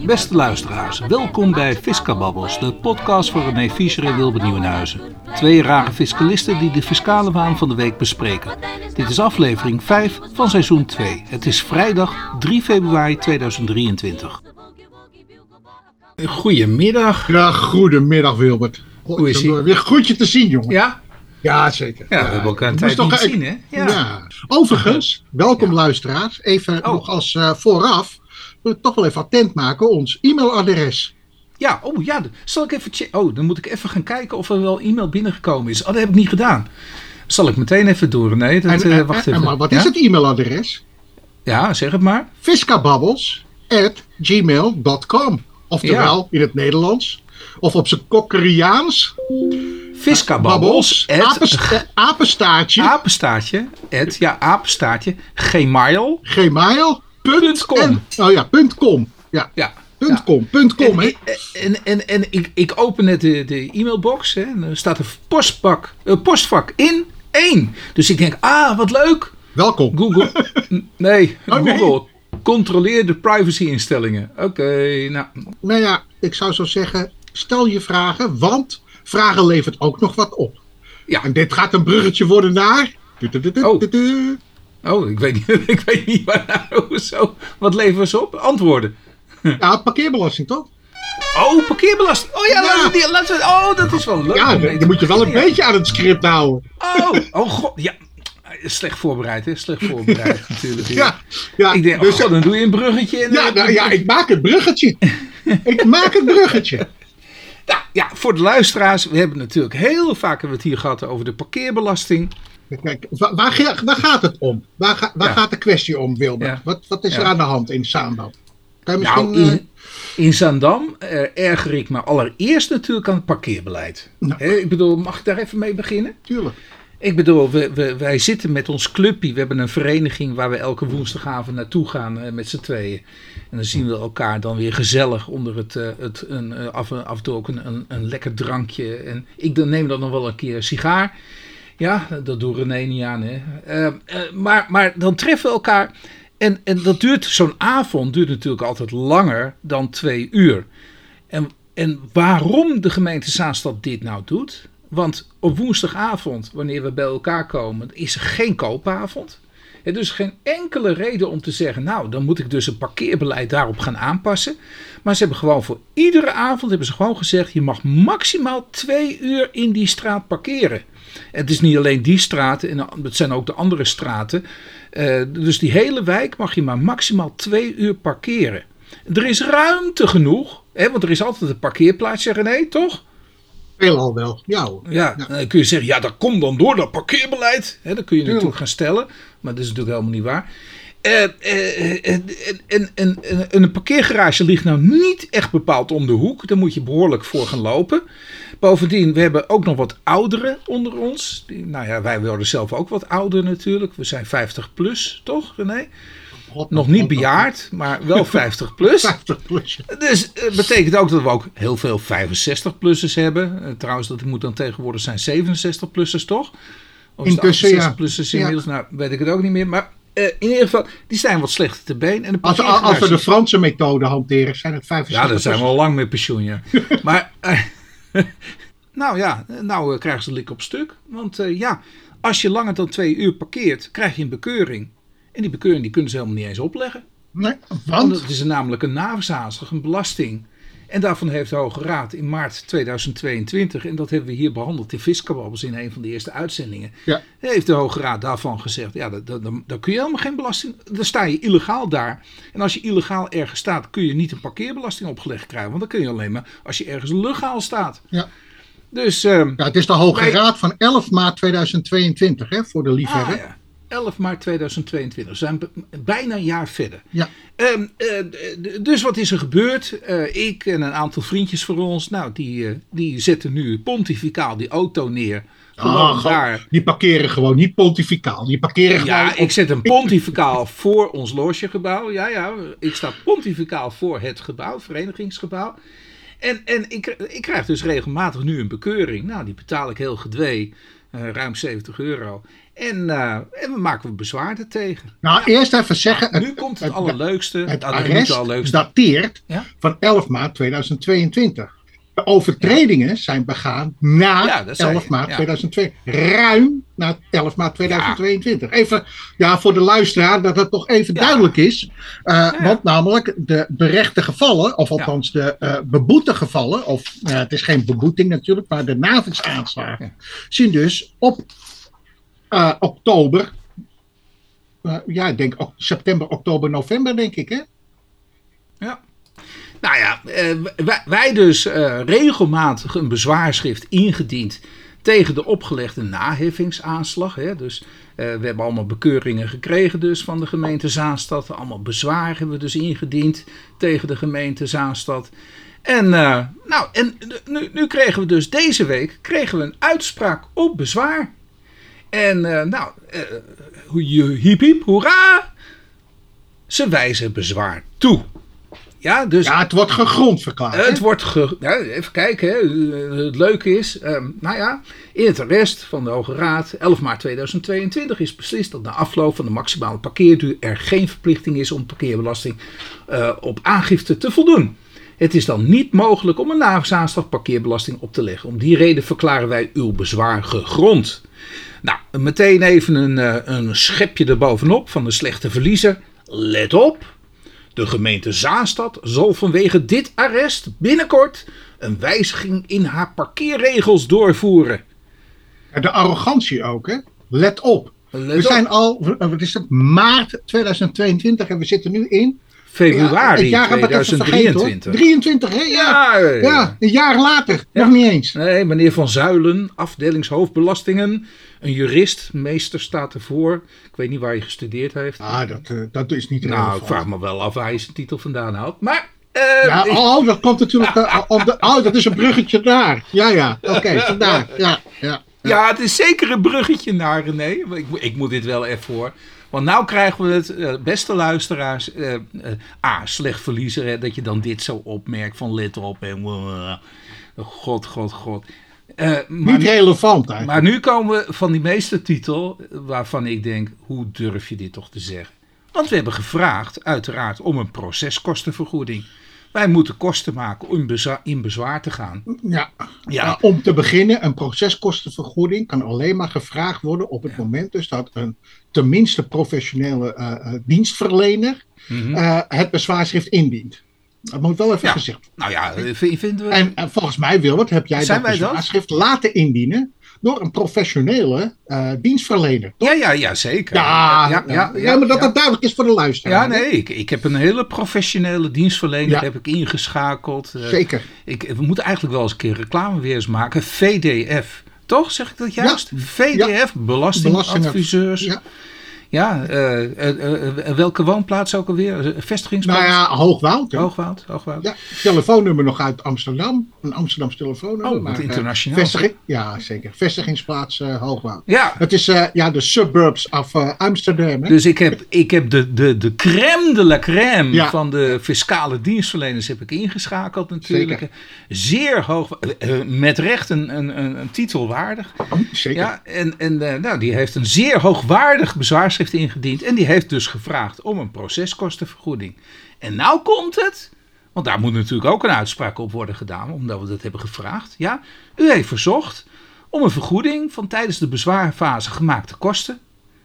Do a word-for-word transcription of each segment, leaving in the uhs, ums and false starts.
Beste luisteraars, welkom bij Fiscababbels, de podcast van René Fischer en Wilbert Nieuwenhuizen. Twee rare fiscalisten die de fiscale waan van de week bespreken. Dit is aflevering vijf van seizoen twee. Het is vrijdag drie februari tweeduizend drieëntwintig. Goedemiddag. Ja, goedemiddag Wilbert. Hoe is ie? Weer goed je te zien, jongen. Ja? Ja, zeker. Ja, we hebben elkaar een tijd niet gezien, hè? Ja. ja. Overigens, welkom ja. luisteraars. Even oh. nog als uh, vooraf. We willen toch wel even attent maken. Ons e-mailadres. Ja, oh ja. Zal ik even checken? Oh, dan moet ik even gaan kijken of er wel e-mail binnengekomen is. Oh, dat heb ik niet gedaan. Zal ik meteen even doen? Nee, dat, en, uh, wacht en, even. Maar wat ja? is het e-mailadres? Ja, zeg het maar. fiscababbels at gmail dot com. Oftewel, ja. in het Nederlands. Of op zijn Kokkeriaans. Fiscababbels. Apensta- apenstaartje. Apenstaartje. Het, ja, apenstaartje. Gmail. Gmail. Punt com. En, oh ja, punt com. Ja. ja. Punt ja. com. Punt com, en, en, en, en ik, ik open net de, de e-mailbox. Hè, en er staat een postbak, uh, postvak in één. Dus ik denk, ah, wat leuk. Welkom. Google. Nee, oh, Google. Nee. Controleer de privacy-instellingen. Oké, okay, nou. Nou ja, ik zou zo zeggen, stel je vragen, want vragen levert ook nog wat op. Ja. En dit gaat een bruggetje worden naar... Oh, oh ik, weet niet, ik weet niet waar nou zo. Wat leveren ze op? Antwoorden. Ja, parkeerbelasting toch? Oh, parkeerbelasting. Oh ja, ja. Laten, we die, laten we... Oh, dat is wel leuk. Ja, dan moet je wel een ja. beetje aan het script houden. Oh, oh god, ja. Slecht voorbereid, hè? Slecht voorbereid natuurlijk. Ja, ja, ik denk, dus, oh, dan doe je een bruggetje. En ja, nou, ja, ik maak het bruggetje. ik maak het bruggetje. Nou, ja, voor de luisteraars, we hebben natuurlijk heel vaak hebben we het hier gehad over de parkeerbelasting. Kijk, waar, waar, waar gaat het om? Waar, ga, waar ja. gaat de kwestie om, Wilbert? Ja. Wat, wat is er ja. aan de hand in Zaandam? Kan je misschien, nou, in, in Zaandam uh, erger ik me allereerst natuurlijk aan het parkeerbeleid. Nou. He, ik bedoel, mag ik daar even mee beginnen? Tuurlijk. Ik bedoel, we, we, wij zitten met ons clubje. We hebben een vereniging waar we elke woensdagavond naartoe gaan uh, met z'n tweeën. En dan zien we elkaar dan weer gezellig onder het, uh, het een, uh, af, af en toe ook een, een, een lekker drankje. En ik dan neem dan nog wel een keer een sigaar. Ja, dat doet René niet aan. Hè. Uh, uh, maar, maar dan treffen we elkaar. En, en dat duurt, zo'n avond duurt natuurlijk altijd langer dan twee uur. En, en waarom de gemeente Zaanstad dit nou doet... Want op woensdagavond, wanneer we bij elkaar komen, is er geen koopavond. Er is dus geen enkele reden om te zeggen, nou, dan moet ik dus een parkeerbeleid daarop gaan aanpassen. Maar ze hebben gewoon voor iedere avond hebben ze gewoon gezegd, je mag maximaal twee uur in die straat parkeren. Het is niet alleen die straten, en het zijn ook de andere straten. Uh, dus die hele wijk mag je maar maximaal twee uur parkeren. Er is ruimte genoeg, hè, want er is altijd een parkeerplaatsje, René, toch? Veelal wel, ja hoor. Ja, ja, dan kun je zeggen, ja dat komt dan door dat parkeerbeleid. He, dat kun je Tuurlijk. natuurlijk gaan stellen, maar dat is natuurlijk helemaal niet waar. Uh, uh, uh, en, en, en een parkeergarage ligt nou niet echt bepaald om de hoek. Daar moet je behoorlijk voor gaan lopen. Bovendien, we hebben ook nog wat ouderen onder ons. Die, nou ja, wij worden zelf ook wat ouder natuurlijk. We zijn vijftig plus, toch René? God, nog niet bejaard, maar wel vijftig plus. vijftig plus. Dus dat uh, betekent ook dat we ook heel veel vijfenzestig-plussers hebben. Uh, trouwens, dat moet dan tegenwoordig zijn zevenenzestig-plussers, toch? Of intussen, ja. achtenzestig-plussers inmiddels? Ja. Nou, weet ik het ook niet meer. Maar uh, in ieder geval, die zijn wat slechter te been. En de als, als we de Franse methode hanteren, zijn het vijfenzestig. Ja, dan zijn we al lang met pensioen, ja. maar, uh, nou ja, nou uh, krijgen ze lik op stuk. Want uh, ja, als je langer dan twee uur parkeert, krijg je een bekeuring. En die bekeuring die kunnen ze helemaal niet eens opleggen. Nee, want? want het is een, namelijk een naamsaanstig, een belasting. En daarvan heeft de Hoge Raad in maart tweeduizend tweeëntwintig... en dat hebben we hier behandeld in Fiscababbels in een van de eerste uitzendingen... Ja. heeft de Hoge Raad daarvan gezegd... ja, dan kun je helemaal geen belasting... dan sta je illegaal daar. En als je illegaal ergens staat... kun je niet een parkeerbelasting opgelegd krijgen. Want dan kun je alleen maar als je ergens legaal staat. Ja. Dus, um, ja, het is de Hoge wij... Raad van elf maart tweeduizend tweeëntwintig, hè, voor de liefhebber. Ah, ja. elf maart tweeduizend tweeëntwintig. We zijn bijna een jaar verder. Ja. Um, uh, dus wat is er gebeurd? Uh, ik en een aantal vriendjes van ons, nou, die, uh, die zetten nu pontificaal die auto neer. Oh, daar. Die parkeren gewoon niet pontificaal. Die parkeren gewoon. Ja, ik zet hem pontificaal voor ons logegebouw. Ja, ja, ik sta pontificaal voor het gebouw, verenigingsgebouw. En, en ik, ik krijg dus regelmatig nu een bekeuring. Nou, die betaal ik heel gedwee. Uh, ruim zeventig euro. En, uh, en we maken bezwaar ertegen. Nou, ja. eerst even zeggen... Nou, nu het, komt het, het allerleukste. Het nou, arrest het allerleukste. dateert ja? van elf maart tweeduizend tweeëntwintig. De overtredingen ja. zijn begaan na ja, elf maart ja. tweeduizend tweeëntwintig. Ruim na elf maart tweeduizend tweeëntwintig. Ja. Even ja, voor de luisteraar dat het toch even ja. duidelijk is. Uh, ja. Want namelijk de berechte gevallen, of althans ja. de uh, beboete gevallen, of uh, het is geen beboeting natuurlijk, maar de navigsaanslagen, ja. zien dus op uh, oktober, uh, ja, ik denk september, oktober, november, denk ik, hè? Ja. Nou ja, wij, wij dus uh, regelmatig een bezwaarschrift ingediend tegen de opgelegde naheffingsaanslag. Hè. Dus uh, we hebben allemaal bekeuringen gekregen dus van de gemeente Zaanstad. Allemaal bezwaar hebben we dus ingediend tegen de gemeente Zaanstad. En, uh, nou, en nu, nu kregen we dus deze week kregen we een uitspraak op bezwaar. En uh, nou, uh, hiep hiep, hoera! Ze wijzen bezwaar toe. Ja, dus, ja, het wordt gegrond verklaard. Uh, het wordt ge, ja, even kijken, hè. Uh, het leuke is, um, nou ja, in het arrest van de Hoge Raad, elf maart tweeduizend tweeëntwintig, is beslist dat na afloop van de maximale parkeerduur er geen verplichting is om parkeerbelasting uh, op aangifte te voldoen. Het is dan niet mogelijk om een navigsaanslag parkeerbelasting op te leggen. Om die reden verklaren wij uw bezwaar gegrond. Nou, meteen even een, uh, een schepje erbovenop van de slechte verliezer. Let op. De gemeente Zaanstad zal vanwege dit arrest binnenkort een wijziging in haar parkeerregels doorvoeren. De arrogantie ook, hè? Let op. Let we op. zijn al, wat is het, maart tweeduizend tweeëntwintig en we zitten nu in... Februari ja, tweeduizend drieëntwintig. drieëntwintig, hè? Ja, ja, ja. ja, een jaar later. Ja. Nog niet eens. Nee, meneer Van Zuilen, afdelingshoofdbelastingen. Een jurist, meester staat ervoor. Ik weet niet waar hij gestudeerd heeft. Ah, dat, uh, dat is niet relevant. Nou, ik vraag me wel af waar hij zijn titel vandaan haalt. Maar... Uh, ja, oh, dat komt natuurlijk... Uh, op de, oh, dat is een bruggetje daar. Ja, ja. Oké, okay, vandaar. Ja, ja, ja. ja, het is zeker een bruggetje naar René. Ik, ik moet dit wel even voor... Want nou krijgen we het, uh, beste luisteraars, uh, uh, ah, slecht verliezer, hè, dat je dan dit zo opmerkt van let op en uh, god, god, god. Uh, maar Niet relevant eigenlijk. Maar nu komen we van die meestertitel waarvan ik denk, hoe durf je dit toch te zeggen? Want we hebben gevraagd uiteraard om een proceskostenvergoeding. Wij moeten kosten maken om in bezwaar te gaan. Ja, ja. Uh, om te beginnen, een proceskostenvergoeding kan alleen maar gevraagd worden op het ja. moment dus dat een tenminste professionele uh, uh, dienstverlener mm-hmm. uh, het bezwaarschrift indient. Dat moet wel even ja. gezegd worden. Nou ja, vinden we... En, en volgens mij, Wilbert, heb jij Zijn dat bezwaarschrift dat? laten indienen door een professionele uh, dienstverlener. Toch? Ja, ja, ja, zeker. Ja, ja, ja, ja, ja maar dat ja. het duidelijk is voor de luisteraar. Ja, nee, ik, ik heb een hele professionele dienstverlener ja. heb ik ingeschakeld. Uh, zeker. Ik, we moeten eigenlijk wel eens een keer reclame weer eens maken. V D F, toch? Zeg ik dat juist? Ja. V D F, ja. belastingadviseurs. Ja. Ja, uh, uh, uh, welke woonplaats ook alweer? Vestigingsplaats? Nou ja, Hoogwoud. Hè? Hoogwoud, Hoogwoud. Ja, telefoonnummer nog uit Amsterdam. Een Amsterdamse telefoonnummer. Oh, wat internationaal. Uh, vestiging, ja, zeker. Vestigingsplaats uh, Hoogwoud. Ja. Het is uh, ja, de suburbs of uh, Amsterdam. Hè? Dus ik heb, ik heb de, de, de crème de la crème ja. van de fiscale dienstverleners heb ik ingeschakeld natuurlijk. Zeker. Zeer hoog, uh, met recht een, een, een, een titel waardig. Oh, zeker. Ja, en en uh, nou, die heeft een zeer hoogwaardig bezwaarschrift ingediend en die heeft dus gevraagd om een proceskostenvergoeding. En nou komt het, want daar moet natuurlijk ook een uitspraak op worden gedaan, omdat we dat hebben gevraagd. Ja, u heeft verzocht om een vergoeding van tijdens de bezwaarfase gemaakte kosten.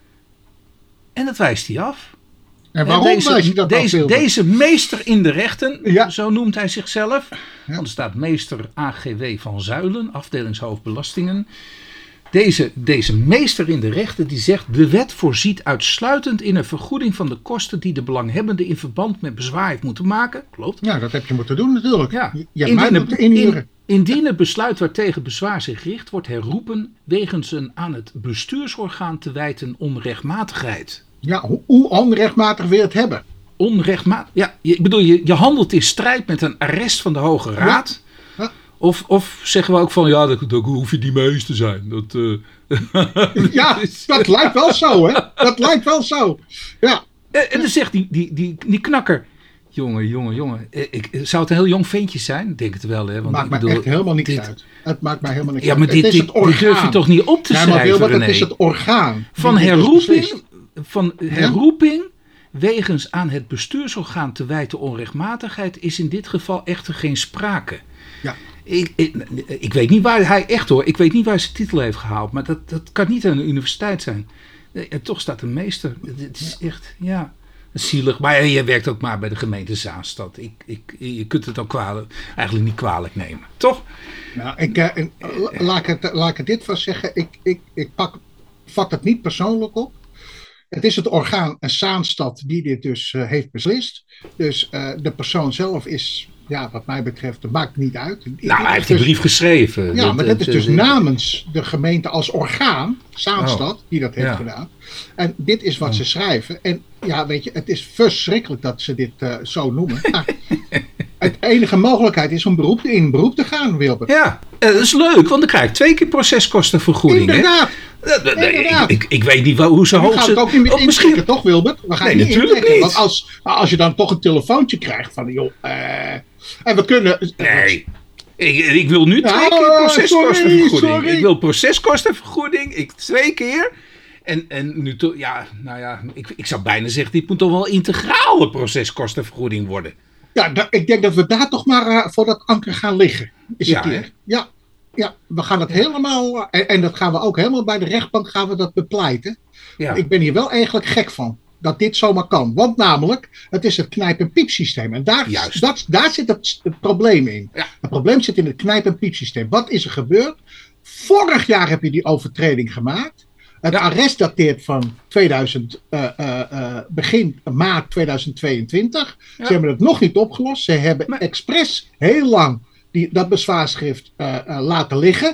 En dat wijst hij af. En waarom en deze, wijst hij dat deze, af? Deze meester in de rechten, ja. zo noemt hij zichzelf. Ja. Want er staat meester A G W van Zuilen, afdelingshoofdbelastingen. Deze, deze meester in de rechten die zegt, de wet voorziet uitsluitend in een vergoeding van de kosten die de belanghebbende in verband met bezwaar heeft moeten maken. Klopt. Ja, dat heb je moeten doen natuurlijk. Ja. Je hebt mij moeten inhuren. In, indien het besluit waartegen bezwaar zich richt wordt herroepen wegens een aan het bestuursorgaan te wijten onrechtmatigheid. Ja, hoe, hoe onrechtmatig wil je het hebben? Onrechtmatig, ja, ik bedoel, je, je handelt in strijd met een arrest van de Hoge Raad. Ja. Ja. Of, of zeggen we ook van, ja, dat, dat hoef je niet mee eens te zijn. Dat, uh... ja, dat lijkt wel zo, hè. Dat lijkt wel zo, ja. En dan zegt die, die, die, die knakker, Jongen, jongen, jongen. Ik, zou het een heel jong ventje zijn? Ik denk het wel, hè? Want maakt ik mij bedoel, echt helemaal niks dit, uit. Het maakt mij helemaal niks ja, uit. Maar dit, het is dit, het orgaan. dit durf je toch niet op te ja, schrijven, maar René? Het is het orgaan. Van herroeping, van herroeping wegens aan het bestuursorgaan te wijten onrechtmatigheid is in dit geval echter geen sprake. Ja. Ik, ik, ik weet niet waar hij echt hoor, ik weet niet waar hij zijn titel heeft gehaald, maar dat, dat kan niet aan de universiteit zijn. En toch staat een meester. Het is echt, ja, zielig. Maar je werkt ook maar bij de gemeente Zaanstad. Ik, ik, je kunt het ook kwalijk, eigenlijk niet kwalijk nemen, toch? Nou, ik, uh, en, laat, ik het, laat ik het dit vast zeggen. Ik, ik, ik pak, vat het niet persoonlijk op. Het is het orgaan Zaanstad die dit dus uh, heeft beslist. Dus uh, de persoon zelf is, ja, wat mij betreft, dat maakt niet uit. Nou, hij heeft die brief geschreven. Ja, dat, maar dat is dus dat, namens de gemeente als orgaan, Zaanstad, oh, die dat heeft ja. gedaan. En dit is wat oh. ze schrijven. En ja, weet je, het is verschrikkelijk dat ze dit uh, zo noemen. Maar het enige mogelijkheid is om beroep, in beroep te gaan, Wilbert. Ja, dat is leuk, want dan krijg ik twee keer proceskostenvergoeding. Inderdaad. Hè? Nee, ik, ik, ik weet niet waar, hoe ze hoog zitten. We gaan het ook niet meer misschien toch, Wilbert? We gaan nee, niet natuurlijk niet. Want als, als je dan toch een telefoontje krijgt van, joh, uh, en we kunnen... Nee. Ik, ik wil nu twee keer proceskostenvergoeding. Ik wil proceskostenvergoeding. Ik twee keer. En, en nu toch, ja, nou ja, ik, ik zou bijna zeggen, dit moet toch wel integrale proceskostenvergoeding worden. Ja, da, ik denk dat we daar toch maar uh, voor dat anker gaan liggen. Is ja, het hier? Ja, ja, we gaan dat ja. helemaal, en, en dat gaan we ook helemaal bij de rechtbank gaan we dat bepleiten. Ja. Ik ben hier wel eigenlijk gek van. Dat dit zomaar kan. Want namelijk, het is het knijp- en piepsysteem. En daar, dat, daar zit het, het probleem in. Ja. Het probleem zit in het knijp- en piepsysteem. Wat is er gebeurd? Vorig jaar heb je die overtreding gemaakt. Het ja. arrest dateert van tweeduizend, uh, uh, uh, begin maart tweeduizend tweeëntwintig. Ja. Ze hebben het nog niet opgelost. Ze hebben maar... expres heel lang die, dat bezwaarschrift uh, uh, laten liggen.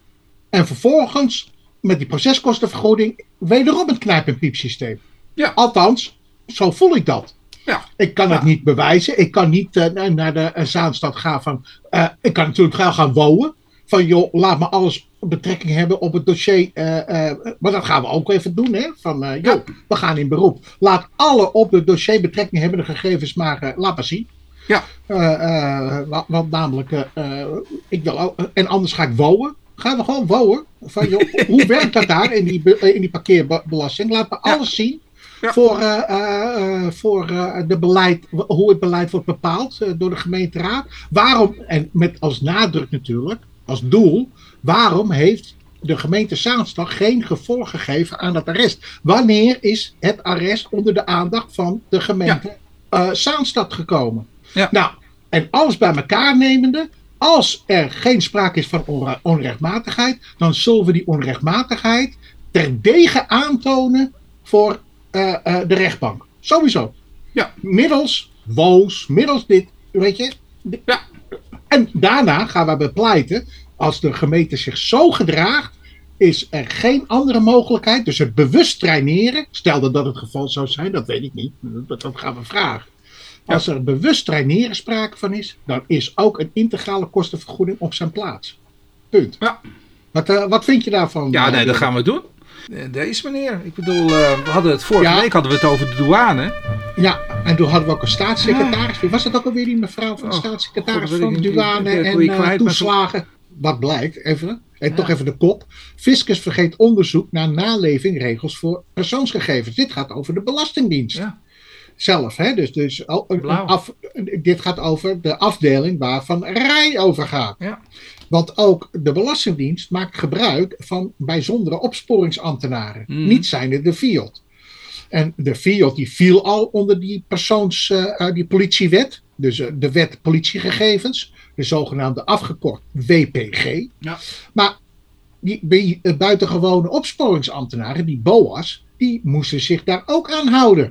En vervolgens met die proceskostenvergoeding wederom het knijp- en piepsysteem. Ja. Althans, zo voel ik dat. Ja. Ik kan het ja. niet bewijzen. Ik kan niet uh, naar de uh, Zaanstad gaan van... Uh, ik kan natuurlijk wel gaan wonen. Van joh, laat me alles betrekking hebben op het dossier. Uh, uh, maar dat gaan we ook even doen. Hè? Van uh, joh, ja. we gaan in beroep. Laat alle op het dossier betrekking hebben de gegevens maar uh, laat maar zien. Ja. Uh, uh, want, want namelijk, uh, uh, ik wil ook, uh, en anders ga ik wonen. Gaan we gewoon wonen. Van joh, hoe werkt dat daar in die, be, in die parkeerbelasting? Laat me ja. alles zien. Ja. Voor, uh, uh, voor uh, de beleid, hoe het beleid wordt bepaald uh, door de gemeenteraad. Waarom, en met als nadruk natuurlijk, als doel, waarom heeft de gemeente Zaanstad geen gevolg gegeven aan dat arrest? Wanneer is het arrest onder de aandacht van de gemeente ja. uh, Zaanstad gekomen? Ja. Nou, en alles bij elkaar nemende, als er geen sprake is van onre- onrechtmatigheid, dan zullen we die onrechtmatigheid terdege aantonen voor Uh, uh, de rechtbank. Sowieso. Ja. Middels woos, middels dit, weet je. Ja. En daarna gaan we bepleiten, als de gemeente zich zo gedraagt, is er geen andere mogelijkheid. Dus het bewust traineren, stel dat dat het geval zou zijn, dat weet ik niet, dat, dat gaan we vragen. Ja. Als er bewust traineren sprake van is, dan is ook een integrale kostenvergoeding op zijn plaats. Punt. Ja. Wat, uh, wat vind je daarvan? Ja, nee, dat gaan we doen. Deze meneer, ik bedoel, uh, we hadden het vorige ja. week hadden we het over de douane. Ja, en toen hadden we ook een staatssecretaris. Ja. Was dat ook alweer die mevrouw van de oh, staatssecretaris God, van de douane ik, ik, ik, en uh, toeslagen? Wat blijkt, even, en ja. toch even de kop. Fiscus vergeet onderzoek naar nalevingregels voor persoonsgegevens. Dit gaat over de Belastingdienst. Ja. Zelf, hè? Dus, dus af, dit gaat over de afdeling waar Van Rij over gaat. Ja. Want ook de Belastingdienst maakt gebruik van bijzondere opsporingsambtenaren. Mm. Niet zijnde de F I O D. En de F I O D die viel al onder die persoons, uh, die politiewet. Dus uh, de wet politiegegevens. De zogenaamde afgekort W P G. Ja. Maar die, die uh, buitengewone opsporingsambtenaren, die B O A's, die moesten zich daar ook aan houden.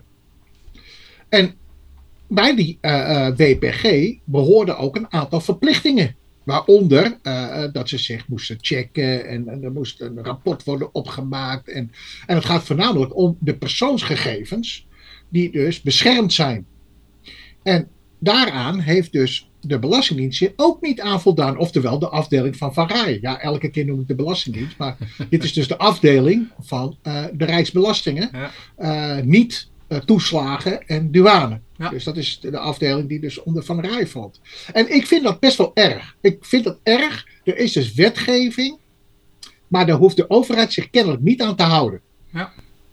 En bij die uh, uh, W P G behoorden ook een aantal verplichtingen. Waaronder uh, dat ze zich moesten checken en, en er moest een rapport worden opgemaakt. En, en het gaat voornamelijk om de persoonsgegevens die dus beschermd zijn. En daaraan heeft dus de Belastingdienst ook niet aan voldaan. Oftewel de afdeling van Van Rij. Ja, elke keer noem ik de Belastingdienst. Maar dit is dus de afdeling van uh, de Rijksbelastingen. Ja. Uh, niet uh, toeslagen en douane. Ja. Dus dat is de afdeling die dus onder Van Rij valt. En ik vind dat best wel erg. Ik vind dat erg. Er is dus wetgeving, maar daar hoeft de overheid zich kennelijk niet aan te houden. Ja.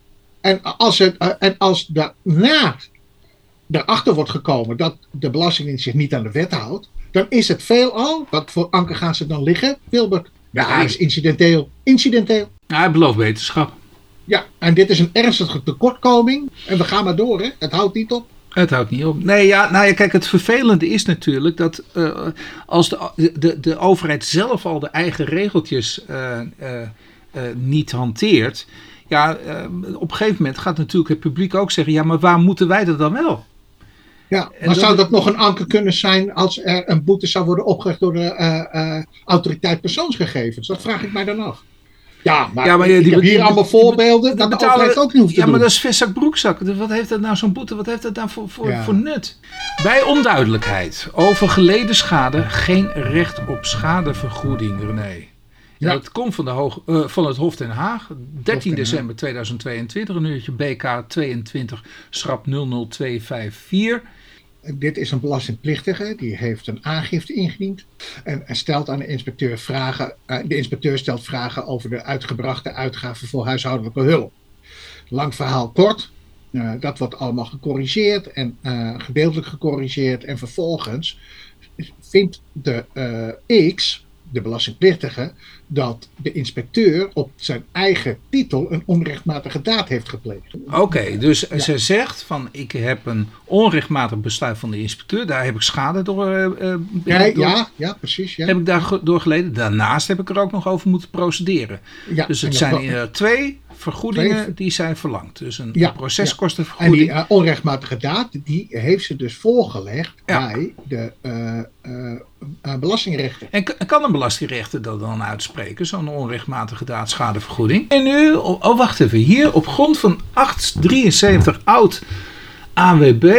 En als, het, en als daarna erachter wordt gekomen dat de Belastingdienst zich niet aan de wet houdt, dan is het veelal, wat voor anker gaan ze dan liggen, Wilbert? Ja, is incidenteel. Incidenteel. Ja, hij belooft wetenschap. Ja, en dit is een ernstige tekortkoming. En we gaan maar door, hè. Het houdt niet op. Het houdt niet op. Nee, ja, nou ja, kijk, het vervelende is natuurlijk dat uh, als de, de, de overheid zelf al de eigen regeltjes uh, uh, uh, niet hanteert, ja, uh, op een gegeven moment gaat natuurlijk het publiek ook zeggen, ja, maar waar moeten wij dat dan wel? Ja, maar dat zou dat nog een anker kunnen zijn als er een boete zou worden opgelegd door de uh, uh, autoriteit persoonsgegevens? Dat vraag ik mij dan af. Ja, maar, ja, maar ik die, heb hier die, allemaal die, voorbeelden dat de betalen, overheid ook niet hoeft te ja, doen. Ja, maar dat is vestzak broekzak. Wat heeft dat nou, zo'n boete, wat heeft dat nou voor, voor, ja. voor nut? Bij onduidelijkheid over geleden schade geen recht op schadevergoeding, René. Ja. Dat komt van, de Hoog, uh, van het Hof Den Haag, dertien december tweeduizend tweeëntwintig, een uurtje B K tweeëntwintig schrap nul nul twee vijf vier. Dit is een belastingplichtige, die heeft een aangifte ingediend en, en stelt aan de inspecteur vragen. Uh, de inspecteur stelt vragen over de uitgebrachte uitgaven voor huishoudelijke hulp. Lang verhaal kort, uh, dat wordt allemaal gecorrigeerd en uh, gedeeltelijk gecorrigeerd en vervolgens vindt de uh, X, de belastingplichtige, dat de inspecteur op zijn eigen titel een onrechtmatige daad heeft gepleegd. Oké, okay, dus ja. Ze zegt van ik heb een onrechtmatig besluit van de inspecteur, daar heb ik schade door. Uh, ja, door ja, ja, precies. Ja. Heb ik daardoor geleden. Daarnaast heb ik er ook nog over moeten procederen. Ja, dus het zijn uh, twee vergoedingen twee, die zijn verlangd. Dus een ja, proceskostenvergoeding. Ja. En die uh, onrechtmatige daad, die heeft ze dus voorgelegd ja. bij de uh, uh, uh, belastingrechter. En k- kan een belastingrechter dat dan uitspreken, zo'n onrechtmatige daad schadevergoeding? En nu, oh, oh wacht even, hier op grond van achthonderddrieënzeventig oud A W B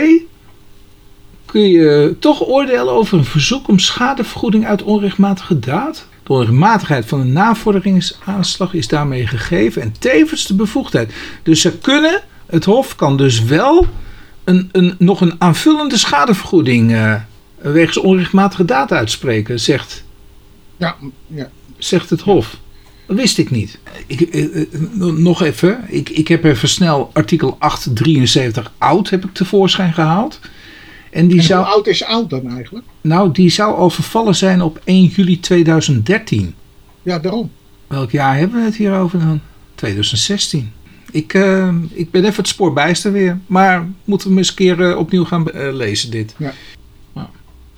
kun je toch oordelen over een verzoek om schadevergoeding uit onrechtmatige daad. De onrechtmatigheid van de navorderingsaanslag is daarmee gegeven en tevens de bevoegdheid. Dus ze kunnen, het Hof kan dus wel een, een, nog een aanvullende schadevergoeding uh, wegens onrechtmatige daad uitspreken, zegt, ja, ja. zegt het Hof. Dat wist ik niet. Ik, uh, uh, nog even, ik, ik heb even snel artikel achthonderddrieënzeventig oud heb ik tevoorschijn gehaald. En, die en zou, hoe oud is oud dan eigenlijk? Nou, die zou al vervallen zijn op één juli tweeduizend dertien. Ja, daarom. Welk jaar hebben we het hier over dan? tweeduizend zestien. Ik, uh, ik ben even het spoor bijster weer. Maar moeten we eens een keer uh, opnieuw gaan uh, lezen dit. Ja. Nou.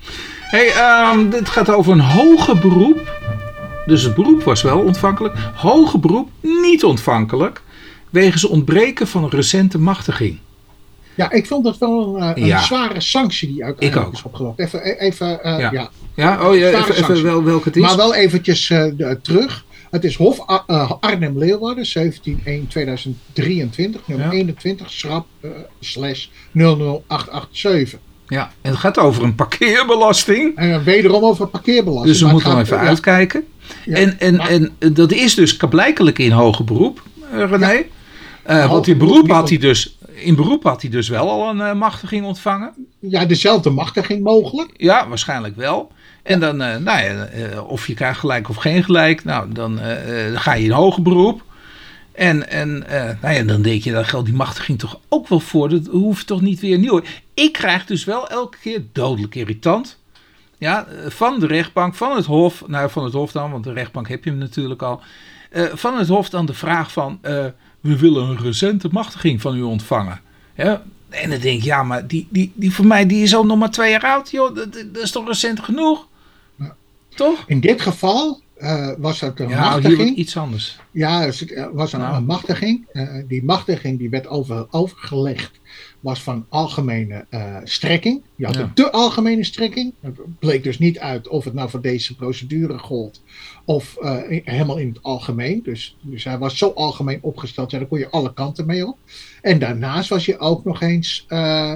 Hey, um, dit gaat over een hoger beroep. Dus het beroep was wel ontvankelijk. Hoger beroep niet ontvankelijk. Wegens ontbreken van een recente machtiging. Ja, ik vond dat wel een, een ja. zware sanctie die uiteindelijk is opgelopen. Even, even uh, ja. ja. Ja, oh ja, even, even wel welke het is. Maar wel eventjes uh, de, terug. Het is Hof uh, Arnhem-Leeuwarden, zeventien één tweeduizend drieëntwintig, nummer ja. eenentwintig, schrap, uh, slash nul nul acht acht zeven. Ja, en het gaat over een parkeerbelasting. En uh, wederom over parkeerbelasting. Dus we moeten nog even ja. uitkijken. Ja. En, en, maar, en dat is dus blijkelijk in hoger beroep, uh, René. Ja. Uh, want in beroep had hij dus... In beroep had hij dus wel al een uh, machtiging ontvangen. Ja, dezelfde machtiging mogelijk. Ja, waarschijnlijk wel. En dan, uh, nou ja, uh, of je krijgt gelijk of geen gelijk. Nou, dan, uh, dan ga je in hoger beroep. En, en uh, nou ja, dan denk je, dan geldt die machtiging toch ook wel voor. Dat hoef je toch niet weer nieuw. Ik krijg dus wel elke keer dodelijk irritant. Ja, van de rechtbank, van het Hof. Nou, van het Hof dan, want de rechtbank heb je hem natuurlijk al. Uh, van het Hof dan de vraag van... Uh, we willen een recente machtiging van u ontvangen. Ja? En dan denk ik, ja, maar die, die, die voor mij die is al nog maar twee jaar oud. Joh. Dat, dat is toch recent genoeg? Ja. Toch? In dit geval uh, was het een ja, machtiging. Hier iets anders. Ja, het was een, nou. een machtiging. Uh, die machtiging die werd over, overgelegd. Was van algemene uh, strekking. Je had ja. een te algemene strekking. Het bleek dus niet uit of het nou voor deze procedure gold. Of uh, helemaal in het algemeen. Dus, dus hij was zo algemeen opgesteld. Ja, daar kon je alle kanten mee op. En daarnaast was je ook nog eens... Uh,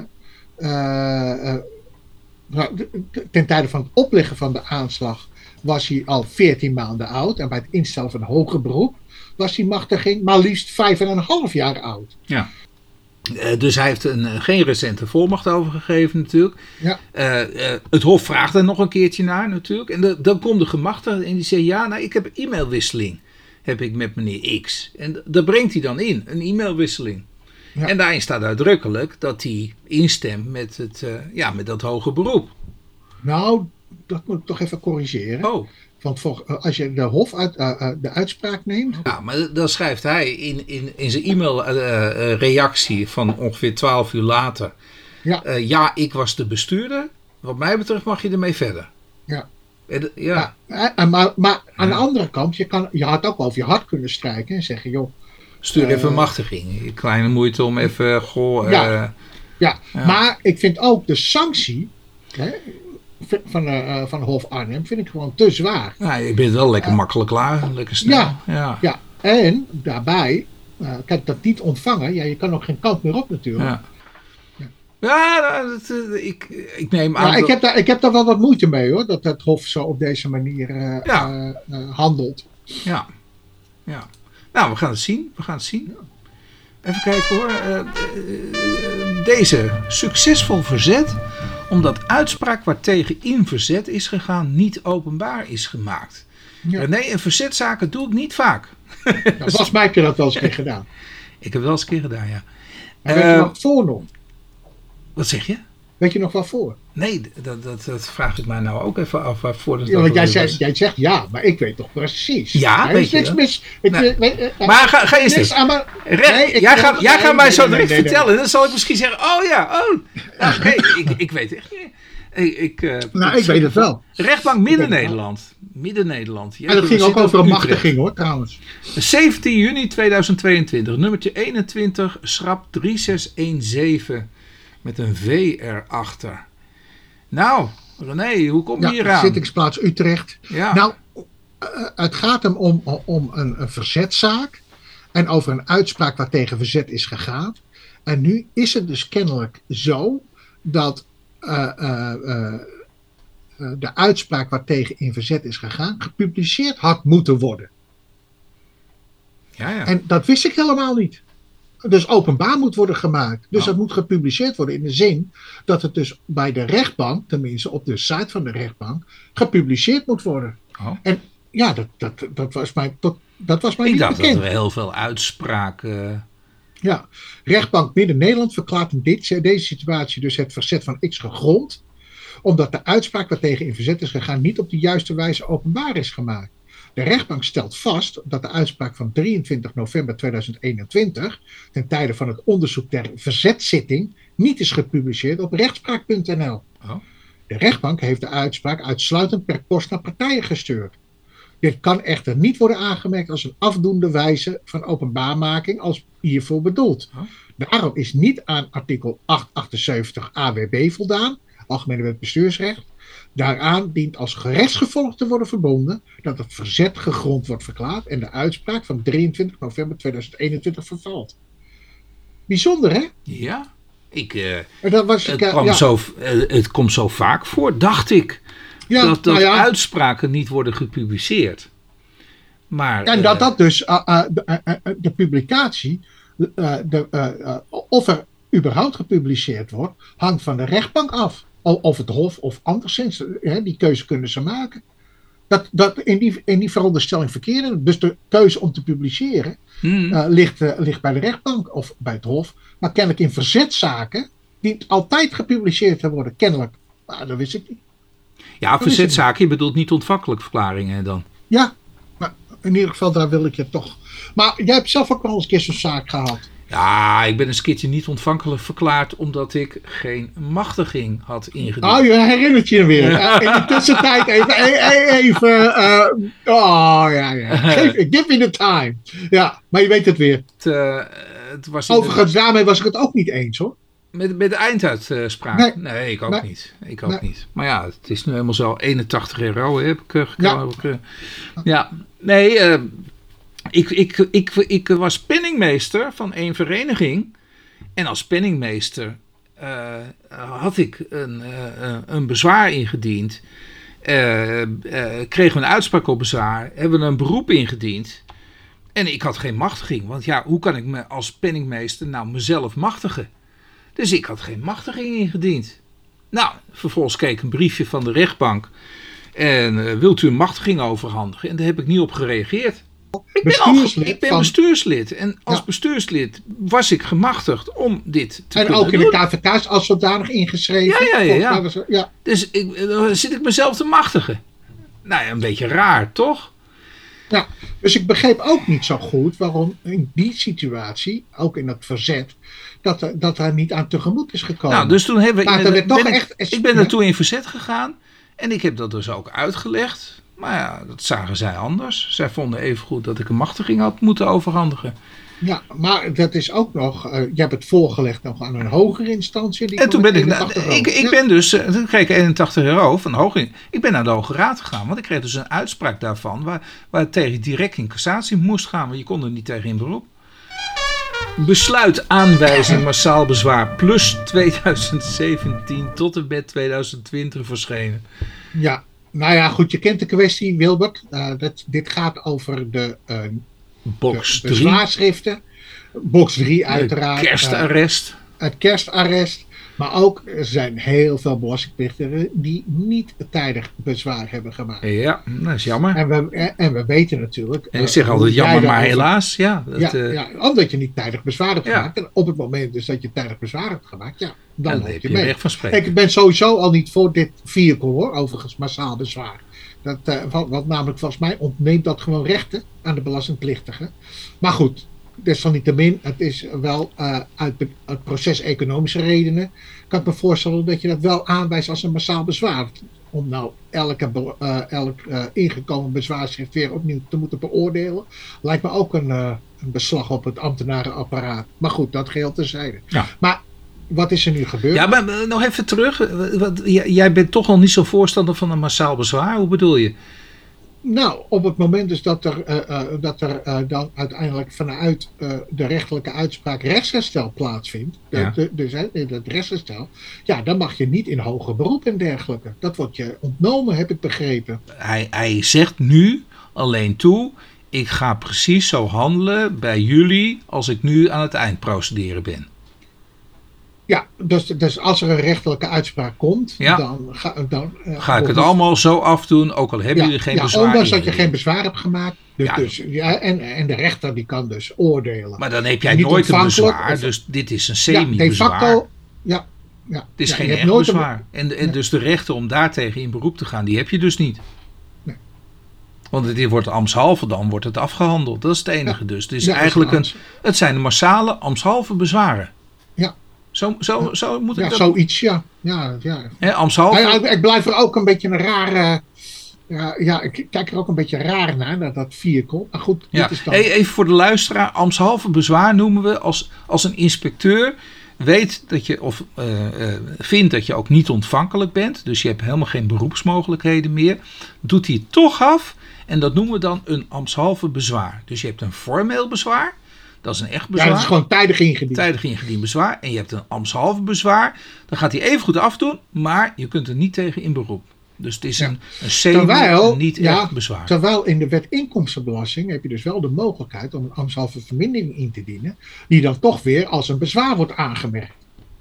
uh, uh, ten tijde van het opleggen van de aanslag... was hij al veertien maanden oud. En bij het instellen van een hoger beroep... was die machtiging maar liefst vijf en een half jaar oud. Ja. Uh, dus hij heeft een, uh, geen recente volmacht overgegeven natuurlijk. Ja. Uh, uh, het Hof vraagt er nog een keertje naar natuurlijk. En de, dan komt de gemachtigde en die zegt... ja, nou, ik heb een e-mailwisseling heb ik met meneer X. En dat brengt hij dan in, een e-mailwisseling. Ja. En daarin staat uitdrukkelijk dat hij instemt met, het, uh, ja, met dat hoge beroep. Nou, dat moet ik toch even corrigeren. Oh. Want voor, als je de Hof uit, uh, uh, de uitspraak neemt... Ja, maar dan schrijft hij in, in, in zijn e-mailreactie uh, uh, van ongeveer twaalf uur later... Ja. Uh, ja, ik was de bestuurder. Wat mij betreft mag je ermee verder. Ja. En, ja. ja uh, maar, maar aan ja. de andere kant, je, kan, je had ook over je hart kunnen strijken en zeggen... joh, stuur even uh, machtiging. Kleine moeite om even... Goh, uh, ja. Ja. ja, maar ik vind ook de sanctie... Hè, Van, uh, van Hof Arnhem vind ik gewoon te zwaar. Ja, je bent wel lekker uh, makkelijk klaar, lekker snel. Ja, ja. ja. En daarbij, uh, kijk, dat niet ontvangen, ja, je kan ook geen kant meer op natuurlijk. Ja, ja. ja dat, uh, ik, ik neem aan... Ja, ik, heb daar, ik heb daar wel wat moeite mee hoor, dat het Hof zo op deze manier uh, ja. uh, uh, handelt. Ja. ja, nou we gaan het zien, we gaan het zien. Ja. Even kijken hoor, uh, uh, deze succesvol verzet... omdat uitspraak waartegen in verzet is gegaan niet openbaar is gemaakt. Ja. Nee, een verzetzaken doe ik niet vaak. Nou, volgens mij heb je dat wel eens een keer gedaan. Ik heb wel eens een keer gedaan, ja. En weet uh, je nog voor nog? Wat zeg je? Weet je nog wat voor? Nee, dat, dat, dat vraag ik mij nou ook even af. Waarvoor dat ja, want jij zegt, jij zegt ja, maar ik weet toch precies. Ja, er weet is je niks mis. Ik, nou, weet, uh, maar ga, ga eens eens. Maar, nee, jij gaat, jij gaat mij zo direct nee, nee, vertellen. Nee. Dan zal ik misschien zeggen, oh ja, oh. Nou, nee, ik, ik weet echt niet. Ik, ik, uh, nou, ik weet het wel. Rechtbank Midden-Nederland. Midden-Nederland. En dat ging ook over een machtiging hoor, trouwens. zeventien juni tweeduizend tweeëntwintig. Nummertje eenentwintig, schrap drie zes een zeven. Met een V erachter. Nou, René, hoe kom je ja, hier aan? Zittingsplaats Utrecht. Ja. Nou, uh, het gaat hem om, om een, een verzetzaak. En over een uitspraak waartegen verzet is gegaan. En nu is het dus kennelijk zo dat... Uh, uh, uh, uh, de uitspraak waartegen in verzet is gegaan, gepubliceerd had moeten worden. Ja, ja. En dat wist ik helemaal niet. Dus openbaar moet worden gemaakt. Dus oh. dat moet gepubliceerd worden in de zin dat het dus bij de rechtbank, tenminste op de site van de rechtbank, gepubliceerd moet worden. Oh. En ja, dat, dat, dat was mij, dat, dat was mij ik niet dacht bekend. dat er heel veel uitspraken... Ja, rechtbank Midden-Nederland verklaart in dit, deze situatie dus het verzet van X gegrond, omdat de uitspraak waartegen in verzet is gegaan niet op de juiste wijze openbaar is gemaakt. De rechtbank stelt vast dat de uitspraak van drieëntwintig november tweeduizend eenentwintig, ten tijde van het onderzoek ter verzetzitting, niet is gepubliceerd op rechtspraak punt n l. Oh. De rechtbank heeft de uitspraak uitsluitend per post naar partijen gestuurd. Dit kan echter niet worden aangemerkt als een afdoende wijze van openbaarmaking als hiervoor bedoeld. Oh. Daarom is niet aan artikel achthonderdachtenzeventig A W B voldaan, Algemene Wet Bestuursrecht. Daaraan dient als gerechtsgevolg te worden verbonden dat het verzet gegrond wordt verklaard en de uitspraak van drieëntwintig november tweeduizend eenentwintig vervalt. Bijzonder, hè? Ja, ik, uh, dat was, het, uh, kwam ja. zo, uh, het komt zo vaak voor, dacht ik. Ja, dat dat nou ja. uitspraken niet worden gepubliceerd. Maar, en dat uh, dat dus uh, uh, de, uh, uh, de publicatie, uh, de, uh, uh, of er überhaupt gepubliceerd wordt, hangt van de rechtbank af. Of het Hof of anderszins, uh, die keuze kunnen ze maken. Dat, dat in, die, in die veronderstelling verkeren. Dus de keuze om te publiceren hmm. uh, ligt, uh, ligt bij de rechtbank of bij het Hof. Maar kennelijk in verzetzaken dient altijd gepubliceerd te worden. Kennelijk. Nou, dat wist ik niet. Ja, verzetzaken, je bedoelt niet ontvankelijk verklaringen dan? Ja, maar in ieder geval daar wil ik je toch... Maar jij hebt zelf ook wel eens een keer zo'n zaak gehad. Ja, ik ben eens een keertje niet ontvankelijk verklaard omdat ik geen machtiging had ingediend. Oh, je herinnert je weer. Ja. In de tussentijd even... even uh, oh, ja, ja. Geef, give me the time. Ja, maar je weet het weer. Het, uh, het was Overigens, de... daarmee was ik het ook niet eens, hoor. Met, met de einduitspraak? Nee, nee, ik ook nee. niet. Ik ook nee. niet. Maar ja, het is nu helemaal zo eenentachtig euro heb ik uh, gekomen. Ja. Uh, ja, nee, uh, ik, ik, ik, ik was penningmeester van een vereniging. En als penningmeester uh, had ik een, uh, een bezwaar ingediend. Uh, uh, kregen we een uitspraak op bezwaar. Hebben we een beroep ingediend. En ik had geen machtiging. Want ja, hoe kan ik me als penningmeester nou mezelf machtigen? Dus ik had geen machtiging ingediend. Nou, vervolgens keek ik een briefje van de rechtbank. En uh, wilt u een machtiging overhandigen? En daar heb ik niet op gereageerd. Ik ben, al, ik ben van... bestuurslid. En als ja. bestuurslid was ik gemachtigd om dit te en kunnen doen. En ook in de K V K's als zodanig ingeschreven. Ja, ja, ja. ja. ja. Dus ik, dan zit ik mezelf te machtigen. Nou ja, een beetje raar, toch? Ja, dus ik begreep ook niet zo goed waarom in die situatie, ook in het verzet, dat er, dat er niet aan tegemoet is gekomen. Nou, dus toen hebben we, maar ben, ben toch ik, echt, ik ben er toen in verzet gegaan en ik heb dat dus ook uitgelegd. Maar ja, dat zagen zij anders. Zij vonden evengoed dat ik een machtiging had moeten overhandigen. Ja, maar dat is ook nog, uh, je hebt het voorgelegd nog aan een hogere instantie. Die en toen ben ik, nou, ik, ik ja. ben dus, uh, toen kreeg ik eenentachtig euro van de hoge, ik ben naar de Hoge Raad gegaan, want ik kreeg dus een uitspraak daarvan, waar, waar het tegen direct in cassatie moest gaan, want je kon er niet tegen in beroep. Besluit aanwijzing massaal bezwaar plus tweeduizend zeventien tot en met tweeduizend twintig verschenen. Ja, nou ja, goed, je kent de kwestie, Wilbert. Uh, dat, dit gaat over de... Uh, Box de bezwaarschriften. Box drie uiteraard. Het kerstarrest. Uh, het kerstarrest. Maar ook er zijn heel veel belastingplichtigen die niet tijdig bezwaar hebben gemaakt. Ja, dat is jammer. En we, en we weten natuurlijk... En ik zeg uh, altijd jammer, maar helaas. Ja, dat, ja, uh, ja, omdat je niet tijdig bezwaar hebt ja. gemaakt. En op het moment dus dat je tijdig bezwaar hebt gemaakt, ja, dan loop je, je mee. Weg van spreken. Ik ben sowieso al niet voor dit vehicle hoor, overigens massaal bezwaar. Dat, uh, wat, wat namelijk volgens mij ontneemt dat gewoon rechten aan de belastingplichtigen. Maar goed, desalniettemin, het is wel uh, uit, uit proces-economische redenen. Kan ik me voorstellen dat je dat wel aanwijst als een massaal bezwaar. Om nou elke, uh, elk uh, ingekomen bezwaarschrift weer opnieuw te moeten beoordelen. Lijkt me ook een, uh, een beslag op het ambtenarenapparaat. Maar goed, dat geheel terzijde. Ja. Maar wat is er nu gebeurd? Ja, maar nog even terug. Wat, jij bent toch al niet zo voorstander van een massaal bezwaar. Hoe bedoel je? Nou, op het moment dus dat er, uh, uh, dat er uh, dan uiteindelijk vanuit uh, de rechterlijke uitspraak rechtsherstel plaatsvindt, ja. de, de, dus hè, dat rechtsherstel, ja, dan mag je niet in hoger beroep en dergelijke. Dat wordt je ontnomen, heb ik begrepen. Hij, hij zegt nu alleen toe, ik ga precies zo handelen bij jullie als ik nu aan het eindprocederen ben. Ja, dus, dus als er een rechterlijke uitspraak komt, ja. dan ga, dan, uh, ga ik het allemaal zo afdoen, ook al hebben ja, jullie geen ja, bezwaar. Ondanks dat je geen bezwaar hebt gemaakt. Dus, ja. dus, ja, en, en de rechter die kan dus oordelen. Maar dan heb jij nooit een bezwaar, of, dus dit is een semi-bezwaar. Ja, de facto, ja. ja het is ja, geen echt bezwaar. Een, en, en nee. dus de rechten om daartegen in beroep te gaan, die heb je dus niet. Nee. Want dit wordt ambtshalve, dan wordt het afgehandeld. Dat is het enige ja. dus. Het, is ja, eigenlijk een, het zijn de massale ambtshalve bezwaren. Ja. Zo, zo, ja. zo moet ik ja, dat... zoiets, ja. ja, ja. He, ambtshalve... ja, ja, ik blijf er ook een beetje een rare... Ja, ja, ik kijk er ook een beetje raar naar, naar dat vehicle. Maar goed, ja. dit is dan... Even voor de luisteraar. Ambtshalve bezwaar noemen we als, als een inspecteur weet dat je, of uh, uh, vindt dat je ook niet ontvankelijk bent. Dus je hebt helemaal geen beroepsmogelijkheden meer. Doet hij het toch af. En dat noemen we dan een ambtshalve bezwaar. Dus je hebt een formeel bezwaar. Dat is een echt bezwaar. Ja, dat is gewoon tijdig ingediend. Tijdig ingediend bezwaar. En je hebt een ambtshalve bezwaar. Dan gaat hij even goed afdoen, maar je kunt er niet tegen in beroep. Dus het is ja. een, een semi, niet ja, echt bezwaar. Terwijl in de wet inkomstenbelasting heb je dus wel de mogelijkheid om een ambtshalve vermindering in te dienen, die dan toch weer als een bezwaar wordt aangemerkt.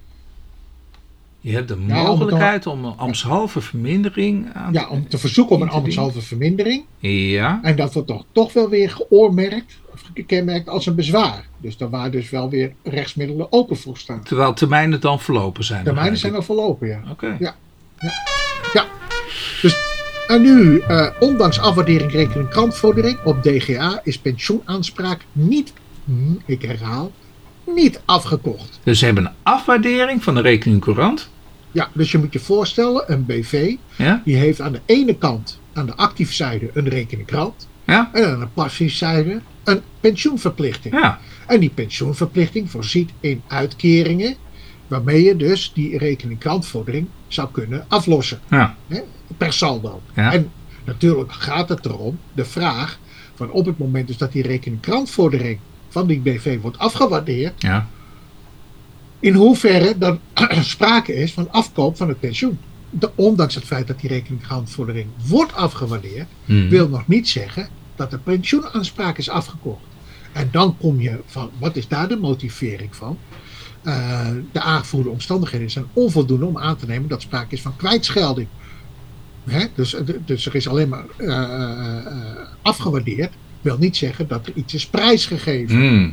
Je hebt de mogelijkheid ja, om, om een ambtshalve vermindering aan Ja, om te verzoeken om een ambtshalve vermindering. Ja. En dat wordt toch, toch wel weer geoormerkt, of gekenmerkt als een bezwaar. Dus daar waar dus wel weer rechtsmiddelen open voor staan. Terwijl termijnen dan verlopen zijn. Termijnen zijn al verlopen, ja. Oké. Okay. Ja. Ja. ja. Dus en nu, uh, ondanks afwaardering rekening krantvordering op D G A is pensioenaanspraak niet, ik herhaal, niet afgekocht. Dus ze hebben een afwaardering van de rekening courant. Ja, dus je moet je voorstellen, een B V, ja? die heeft aan de ene kant, aan de actiefzijde, een rekening krant. Ja? En aan de passiefzijde een pensioenverplichting. Ja. En die pensioenverplichting voorziet in uitkeringen, waarmee je dus die rekening krantvordering zou kunnen aflossen. Ja. Hè, per saldo. Ja. En natuurlijk gaat het erom, de vraag, van op het moment dus dat die rekening krantvordering van die B V wordt afgewaardeerd, ja. in hoeverre dan sprake is van afkoop van het pensioen. De, ondanks het feit dat die rekening krantvordering wordt afgewaardeerd, hmm. wil nog niet zeggen dat de pensioenaanspraak is afgekocht. En dan kom je van, wat is daar de motivering van? Uh, de aangevoerde omstandigheden zijn onvoldoende om aan te nemen dat sprake is van kwijtschelding. Hè? Dus, dus er is alleen maar uh, uh, afgewaardeerd. Wil niet zeggen dat er iets is prijsgegeven. Mm.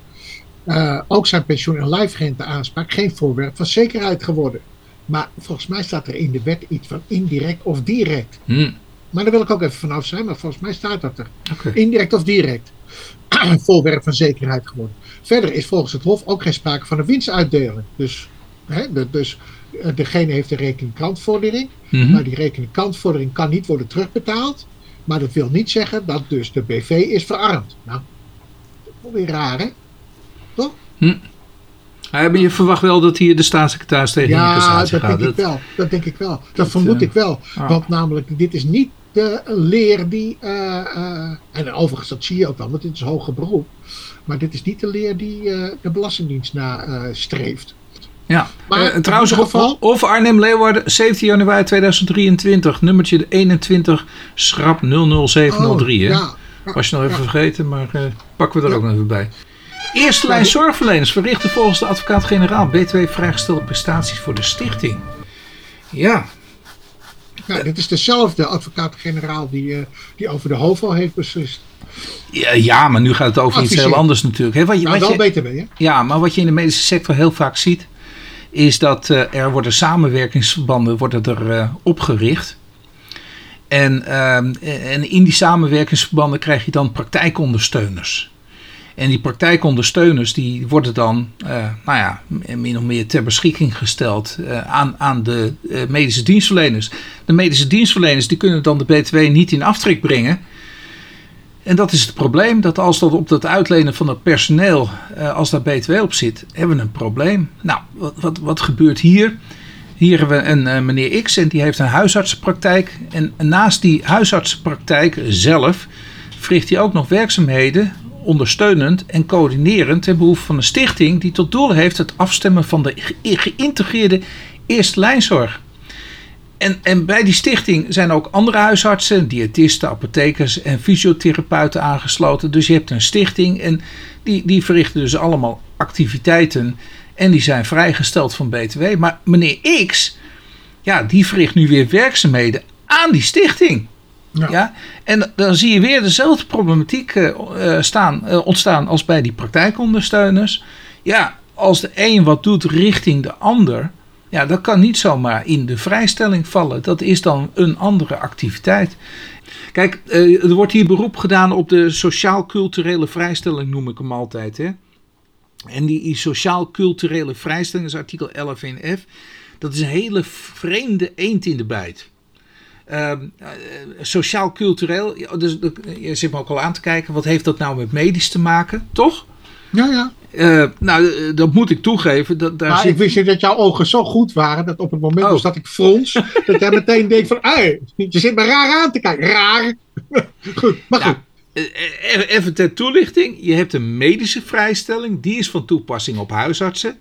Uh, ook zijn pensioen- en lijfrente aanspraak geen voorwerp van zekerheid geworden. Maar volgens mij staat er in de wet iets van indirect of direct. Mm. Maar daar wil ik ook even vanaf zijn, maar volgens mij staat dat er. Okay. Indirect of direct. Voorwerp van zekerheid geworden. Verder is volgens het Hof ook geen sprake van een winstuitdeling. Dus, hè, de, dus degene heeft een rekening-klantvordering. Mm-hmm. Maar die rekening-klantvordering kan niet worden terugbetaald. Maar dat wil niet zeggen dat dus de B V is verarmd. Nou, dat is wel weer raar, hè? Toch? Hm. Ja, je verwacht wel dat hier de staatssecretaris tegen ja, de cassatie gaat. Ja, dat denk ik wel. Dat denk ik wel. Dat, dat vermoed uh, ik wel. Ah. Want namelijk, dit is niet de leer die... Uh, uh, en overigens, dat zie je ook wel, want dit is hoger beroep. Maar dit is niet de leer die uh, de Belastingdienst nastreeft. Uh, ja, maar uh, trouwens, geval, of Arnhem-Leeuwarden, zeventien januari tweeduizend drieëntwintig, nummertje eenentwintig, schrap nul nul zeven nul drie. Oh, hè? Ja, ja, was je nog even ja. vergeten, maar uh, pakken we er ja. ook nog even bij. Eerste lijn zorgverleners verrichten volgens de advocaat-generaal B T W vrijgestelde prestaties voor de stichting. Ja. Ja, dit is dezelfde advocaat-generaal die, uh, die over de HOVO heeft beslist. Ja, ja, maar nu gaat het over Adviseer. iets heel anders natuurlijk. He, wat je, nou, wat wel je, B T W, hè? Ja, maar wat je in de medische sector heel vaak ziet, is dat uh, er worden samenwerkingsverbanden worden er, uh, opgericht. En, uh, en in die samenwerkingsverbanden krijg je dan praktijkondersteuners. En die praktijkondersteuners die worden dan uh, nou ja, min of meer ter beschikking gesteld uh, aan, aan de uh, medische dienstverleners. De medische dienstverleners die kunnen dan de B T W niet in aftrek brengen. En dat is het probleem, dat als dat op dat uitlenen van het personeel, uh, als daar B T W op zit, hebben we een probleem. Nou, wat, wat, wat gebeurt hier? Hier hebben we een uh, meneer X en die heeft een huisartsenpraktijk. En naast die huisartsenpraktijk zelf verricht hij ook nog werkzaamheden ondersteunend en coördinerend ten behoeve van een stichting die tot doel heeft het afstemmen van de ge- geïntegreerde eerste lijnzorg. En, en bij die stichting zijn ook andere huisartsen, diëtisten, apothekers en fysiotherapeuten aangesloten. Dus je hebt een stichting en die, die verrichten dus allemaal activiteiten en die zijn vrijgesteld van B T W. Maar meneer X, ja, die verricht nu weer werkzaamheden aan die stichting. Ja. Ja, en dan zie je weer dezelfde problematiek uh, staan, uh, ontstaan als bij die praktijkondersteuners. Ja, als de een wat doet richting de ander, ja, dat kan niet zomaar in de vrijstelling vallen. Dat is dan een andere activiteit. Kijk, uh, er wordt hier beroep gedaan op de sociaal-culturele vrijstelling, noem ik hem altijd. Hè? En die, die sociaal-culturele vrijstelling, dat is artikel elf één F. Dat is een hele vreemde eend in de bijt. Uh, uh, sociaal-cultureel, dus, uh, je zit me ook al aan te kijken, wat heeft dat nou met medisch te maken, toch? Ja, ja. Uh, nou, uh, dat moet ik toegeven. Dat, daar maar zit... ik wist je dat jouw ogen zo goed waren, dat op het moment oh. dus dat ik frons, dat jij meteen denkt van, ah, je zit me raar aan te kijken. Raar. Goed, maar goed. Nou, uh, even ter toelichting. Je hebt een medische vrijstelling, die is van toepassing op huisartsen.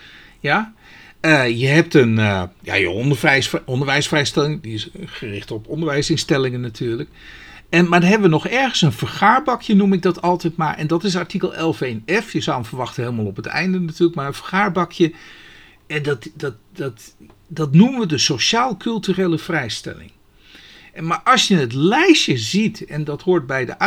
Ja. Uh, je hebt een uh, ja, je onderwijs, onderwijsvrijstelling, die is gericht op onderwijsinstellingen natuurlijk. En, maar dan hebben we nog ergens een vergaarbakje, noem ik dat altijd maar. En dat is artikel elf één F. Je zou hem verwachten helemaal op het einde natuurlijk. Maar een vergaarbakje, en dat, dat, dat, dat noemen we de sociaal-culturele vrijstelling. En, maar als je het lijstje ziet, en dat hoort bij de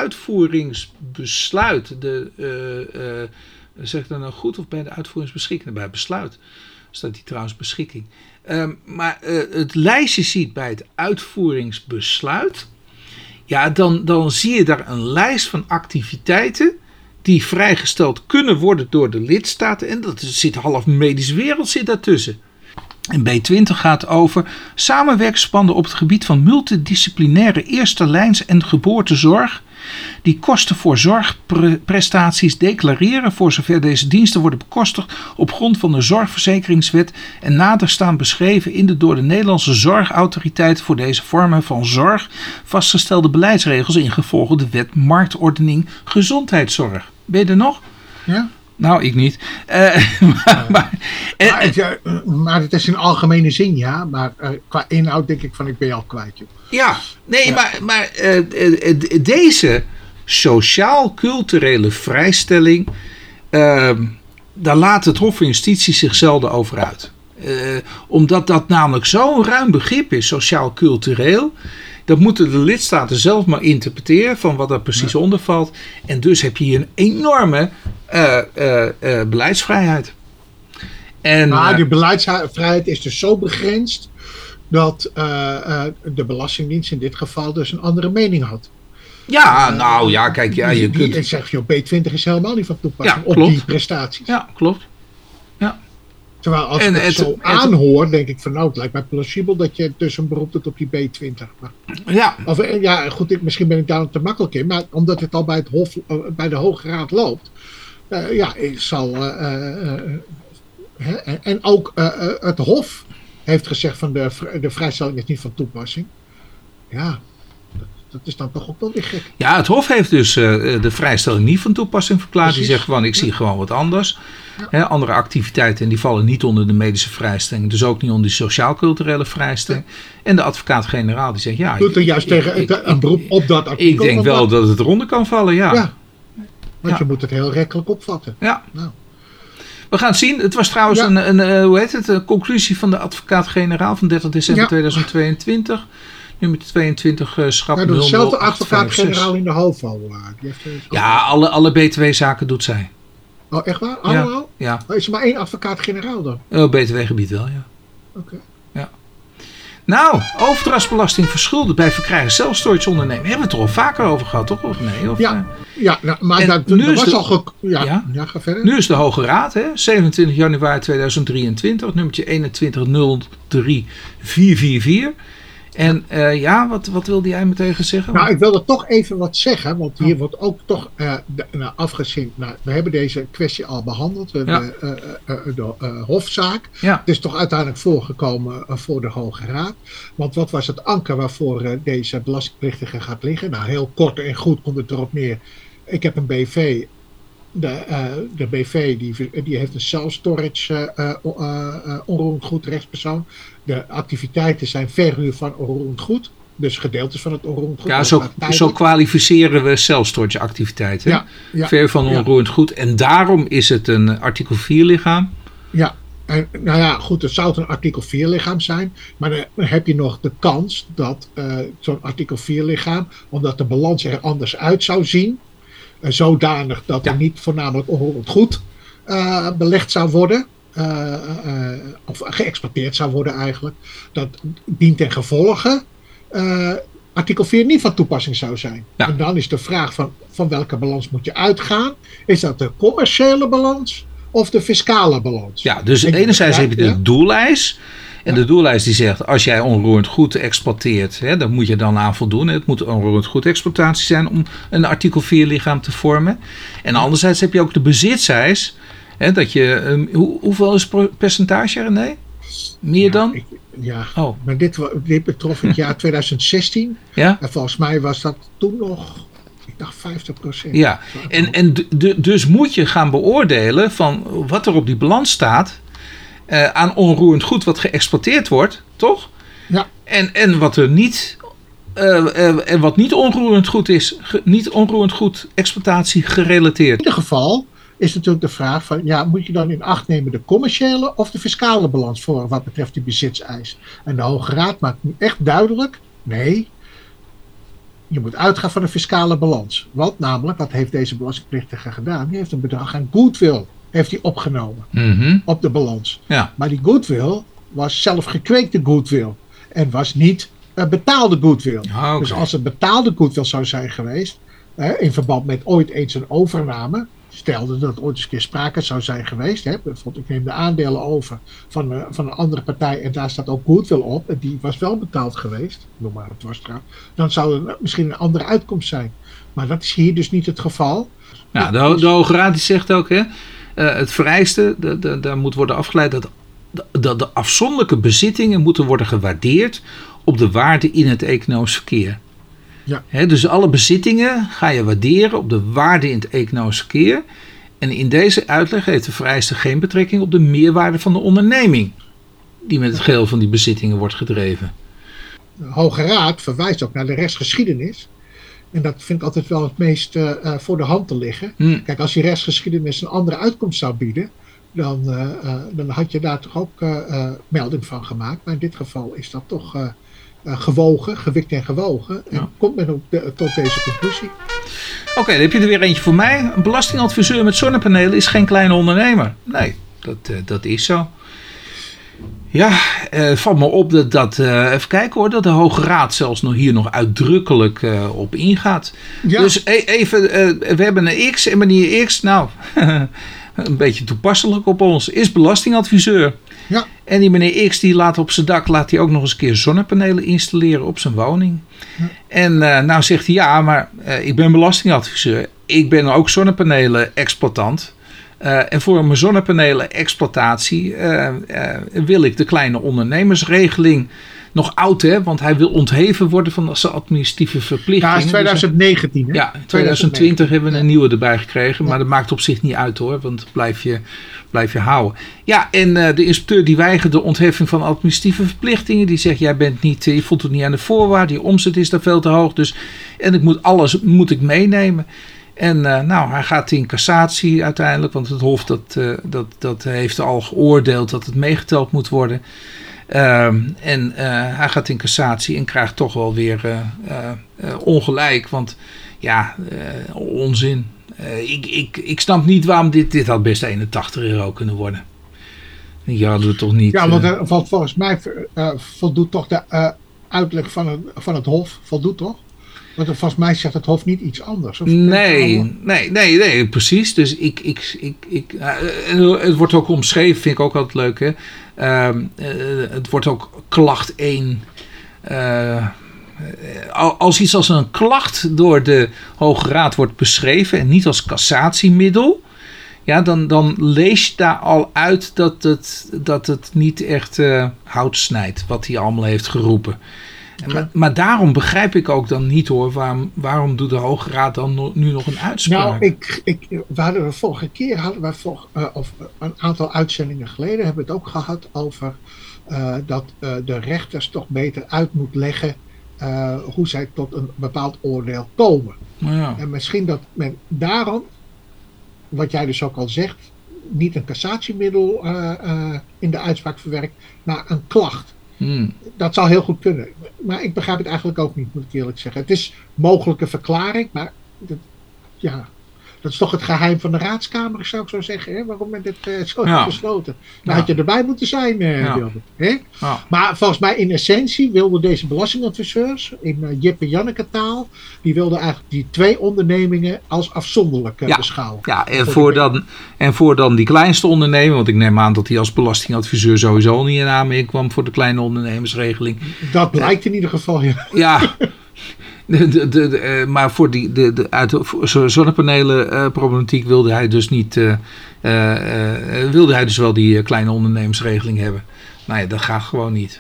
uitvoeringsbesluit. De, uh, uh, zeg ik dat nou goed of bij de uitvoeringsbeschikking? Bij besluit. Staat die trouwens beschikking. Um, maar uh, het lijstje ziet bij het uitvoeringsbesluit. Ja, dan, dan zie je daar een lijst van activiteiten die vrijgesteld kunnen worden door de lidstaten. En dat zit half medische wereld zit daartussen. En B twintig gaat over samenwerksverbanden op het gebied van multidisciplinaire eerste lijns en geboortezorg. Die kosten voor zorgprestaties declareren voor zover deze diensten worden bekostigd op grond van de zorgverzekeringswet en nader staan beschreven in de door de Nederlandse Zorgautoriteit voor deze vormen van zorg vastgestelde beleidsregels ingevolge de wet Marktordening Gezondheidszorg. Ben je er nog? Ja. Nou, ik niet. Uh, maar, maar, uh, maar, het, uh, maar het is in algemene zin, ja. Maar uh, qua inhoud denk ik van ik ben je al kwijt. Joh. Ja, nee, ja. maar, maar uh, uh, deze sociaal-culturele vrijstelling, uh, daar laat het Hof van Justitie zich zelden over uit. Uh, omdat dat namelijk zo'n ruim begrip is, sociaal-cultureel. Dat moeten de lidstaten zelf maar interpreteren van wat er precies ja. onder valt. En dus heb je hier een enorme uh, uh, uh, beleidsvrijheid. En, maar die beleidsvrijheid is dus zo begrensd dat uh, uh, de Belastingdienst in dit geval dus een andere mening had. Ja, uh, nou ja, kijk, ja, je die, kunt... zeg je, B twintig is helemaal niet van toepassing ja, op die prestaties. Ja, klopt. Ja. Terwijl als en, ik het het, zo het, aanhoor, denk ik van nou, het lijkt mij plausibel dat je dus een beroep doet op die B twintig. Maar, ja. Of, ja, goed, ik, misschien ben ik daar te makkelijk in, maar omdat het al bij, het hof, uh, bij de Hoge Raad loopt, uh, ja, ik zal... Uh, uh, uh, en, en ook uh, uh, het Hof heeft gezegd van de, de vrijstelling is niet van toepassing. Ja, dat, dat is dan toch ook wel weer gek. Ja, het Hof heeft dus uh, de vrijstelling niet van toepassing verklaard. Precies. Die zegt gewoon, ik zie ja. gewoon wat anders. Ja. He, andere activiteiten die vallen niet onder de medische vrijstelling. Dus ook niet onder de sociaal-culturele vrijstelling. Ja. En de advocaat-generaal die zegt, ja... Doet er juist ik, tegen ik, een beroep op dat artikel. Ik denk wel dat het eronder kan vallen, ja. Ja, want ja. je moet het heel rekkelijk opvatten. Ja. Nou. We gaan het zien. Het was trouwens ja. een, een, uh, hoe heet het, een conclusie van de advocaat-generaal van dertig december ja. tweeduizend tweeëntwintig. Nummer tweeëntwintig uh, schrap nul nul acht vijf zes. Dezelfde advocaat-generaal in de hoofdval. Uh, die heeft ja, alle, alle B T W-zaken doet zij. Oh, echt waar? Allemaal? Ja. ja. Oh, is er maar één advocaat-generaal dan? Oh, B T W-gebied wel, ja. Oké. Okay. Ja. Nou, overdrachtsbelasting verschuldigd bij verkrijgen zelfstorage-onderneming. Hebben we het er al vaker over gehad, toch? Of nee? Of, ja, ja nou, maar dat, dat was de, al... Ge- ja, ja? ja, ga verder. Nu is de Hoge Raad, hè, zevenentwintig januari tweeduizend drieëntwintig, nummertje eenentwintig nul drie vier vier vier. En uh, ja, wat, wat wilde jij meteen zeggen? Nou, ik wilde toch even wat zeggen, want hier wordt ook toch uh, de, nou, afgezien. Nou, we hebben deze kwestie al behandeld, we ja. hebben uh, uh, de uh, hofzaak. Ja. Het is toch uiteindelijk voorgekomen uh, voor de Hoge Raad. Want wat was het anker waarvoor uh, deze belastingplichtige gaat liggen? Nou, heel kort en goed komt het erop neer. Ik heb een B V. De, uh, de B V die, die heeft een self-storage uh, uh, uh, onroerend goed rechtspersoon. De activiteiten zijn verhuur van onroerend goed. Dus gedeeltes van het onroerend goed. Ja, zo, zo kwalificeren we self-storage activiteiten. Ja, ja, verhuur van onroerend ja. goed. En daarom is het een artikel vier lichaam. Ja, en, nou ja, goed, het zou een artikel vier lichaam zijn. Maar dan heb je nog de kans dat uh, zo'n artikel vier lichaam, omdat de balans er anders uit zou zien, uh, zodanig dat ja. er niet voornamelijk onroerend goed uh, belegd zou worden. Uh, uh, of geëxporteerd zou worden eigenlijk. Dat dient ten gevolge uh, artikel vier niet van toepassing zou zijn. Ja. En dan is de vraag van, van welke balans moet je uitgaan? Is dat de commerciële balans of de fiscale balans? Ja, dus en, enerzijds ja, heb je de ja. doeleis. En ja. de doeleis die zegt, als jij onroerend goed exporteert, hè, dan moet je dan aan voldoen. Het moet onroerend goed exploitatie zijn om een artikel vier lichaam te vormen. En anderzijds heb je ook de bezitseis. He, dat je, um, hoe, hoeveel is het percentage, René? Meer ja, dan? Ik, ja, oh. maar dit, dit betrof het jaar tweeduizend zestien. Ja? En volgens mij was dat toen nog, ik dacht vijftig procent. Ja, en, en d- d- dus moet je gaan beoordelen van wat er op die balans staat uh, aan onroerend goed wat geëxporteerd wordt, toch? Ja. En, en wat er niet... Uh, uh, en wat niet onroerend goed is, ge, niet onroerend goed exploitatie gerelateerd. In ieder geval is natuurlijk de vraag van, ja, moet je dan in acht nemen de commerciële of de fiscale balans voor wat betreft die bezitseis? En de Hoge Raad maakt nu echt duidelijk, nee, je moet uitgaan van de fiscale balans. Want namelijk, wat heeft deze belastingplichtige gedaan? Die heeft een bedrag aan goodwill heeft hij opgenomen mm-hmm. op de balans. Ja. Maar die goodwill was zelf gekweekte goodwill en was niet uh, betaalde goodwill. Ah, okay. Dus als het betaalde goodwill zou zijn geweest, uh, in verband met ooit eens een overname, stelde dat ooit eens een keer sprake zou zijn geweest. Hè. Bijvoorbeeld, ik neem de aandelen over van, uh, van een andere partij en daar staat ook goodwill op. En die was wel betaald geweest. Noem maar, het was trouwens. Dan zou er misschien een andere uitkomst zijn. Maar dat is hier dus niet het geval. Ja, de, de Hoge Raad die zegt ook, hè, uh, het vereiste, de, de, daar moet worden afgeleid dat de, de, de afzonderlijke bezittingen moeten worden gewaardeerd op de waarde in het economisch verkeer. Ja. He, dus alle bezittingen ga je waarderen op de waarde in het economisch verkeer. En in deze uitleg heeft de vereiste geen betrekking op de meerwaarde van de onderneming die met het geheel van die bezittingen wordt gedreven. De Hoge Raad verwijst ook naar de rechtsgeschiedenis. En dat vind ik altijd wel het meest uh, uh, voor de hand te liggen. Hmm. Kijk, als die rechtsgeschiedenis een andere uitkomst zou bieden, dan, uh, uh, dan had je daar toch ook uh, uh, melding van gemaakt. Maar in dit geval is dat toch uh, uh, gewogen, gewikt en gewogen. En ja. komt men ook de, tot deze conclusie. Oké, okay, dan heb je er weer eentje voor mij. Een belastingadviseur met zonnepanelen is geen kleine ondernemer. Nee, dat, uh, dat is zo. Ja, uh, valt me op dat, dat uh, even kijken hoor, dat de Hoge Raad zelfs nog hier nog uitdrukkelijk uh, op ingaat. Ja. Dus e- even, uh, we hebben een X en meneer X, nou, een beetje toepasselijk op ons, is belastingadviseur. Ja. En die meneer X die laat op zijn dak laat hij ook nog eens een keer zonnepanelen installeren op zijn woning. Ja. En uh, nou zegt hij ja, maar uh, ik ben belastingadviseur. Ik ben ook zonnepanelen exploitant. Uh, en voor mijn zonnepanelen exploitatie uh, uh, wil ik de kleine ondernemersregeling nog oud, hè, want hij wil ontheven worden van zijn administratieve verplichtingen. Ja, is twintig negentien. Hè? Ja, in twintig twintig hebben we een nieuwe erbij gekregen, maar ja. dat maakt op zich niet uit hoor, want dat blijf je, blijf je houden. Ja, en uh, de inspecteur die weigert de ontheffing van administratieve verplichtingen, die zegt jij bent niet, je voldoet niet aan de voorwaarden, je omzet is daar veel te hoog, dus en ik moet alles moet ik meenemen. En uh, nou, hij gaat in cassatie uiteindelijk, want het Hof dat, uh, dat, dat heeft al geoordeeld dat het meegeteld moet worden. Uh, en uh, hij gaat in cassatie en krijgt toch wel weer uh, uh, uh, ongelijk, want ja, uh, onzin. Uh, ik, ik, ik snap niet waarom dit, dit had best eenentachtig euro kunnen worden. Ja, dat doet toch niet. Ja, want uh, volgens mij uh, voldoet toch de uh, uitleg van het, van het Hof, voldoet toch? Want volgens mij zegt het Hof niet iets anders. Of nee, nee, nee, nee, precies. Dus ik, ik, ik, ik uh, het wordt ook omschreven, vind ik ook altijd leuk. Hè? Uh, uh, het wordt ook klacht één. Uh, als iets als een klacht door de Hoge Raad wordt beschreven en niet als cassatiemiddel, ja, dan, dan lees je daar al uit dat het, dat het niet echt uh, hout snijdt wat hij allemaal heeft geroepen. Okay. Maar, maar daarom begrijp ik ook dan niet hoor, waarom, waarom doet de Hoge Raad dan no, nu nog een uitspraak? Nou, ik, ik, we hadden de vorige keer, hadden we vor, uh, of een aantal uitzendingen geleden, hebben we het ook gehad over uh, dat uh, de rechters toch beter uit moet leggen uh, hoe zij tot een bepaald oordeel komen. Ja. En misschien dat men daarom, wat jij dus ook al zegt, niet een cassatiemiddel uh, uh, in de uitspraak verwerkt, maar een klacht. Hmm. Dat zou heel goed kunnen. Maar ik begrijp het eigenlijk ook niet, moet ik eerlijk zeggen. Het is mogelijke verklaring, maar dat, ja, dat is toch het geheim van de Raadskamer, zou ik zo zeggen. Hè? Waarom men dit uh, zo ja. heeft besloten? Dan ja. had je erbij moeten zijn, uh, ja. Wilbert. Hè? Ja. Maar volgens mij in essentie wilden deze belastingadviseurs, in uh, Jip en Janneke taal, die wilden eigenlijk die twee ondernemingen als afzonderlijk uh, ja. beschouwen. Ja, en voor, dan, en voor dan die kleinste ondernemer, want ik neem aan dat hij als belastingadviseur sowieso niet in aanmerking kwam voor de kleine ondernemersregeling. Dat blijkt uh, in ieder geval, ja. Ja. De, de, de, de, uh, maar voor die de, de, uit de zonnepanelen uh, problematiek wilde hij dus niet uh, uh, uh, wilde hij dus wel die uh, kleine ondernemersregeling hebben. Nou ja, dat gaat gewoon niet.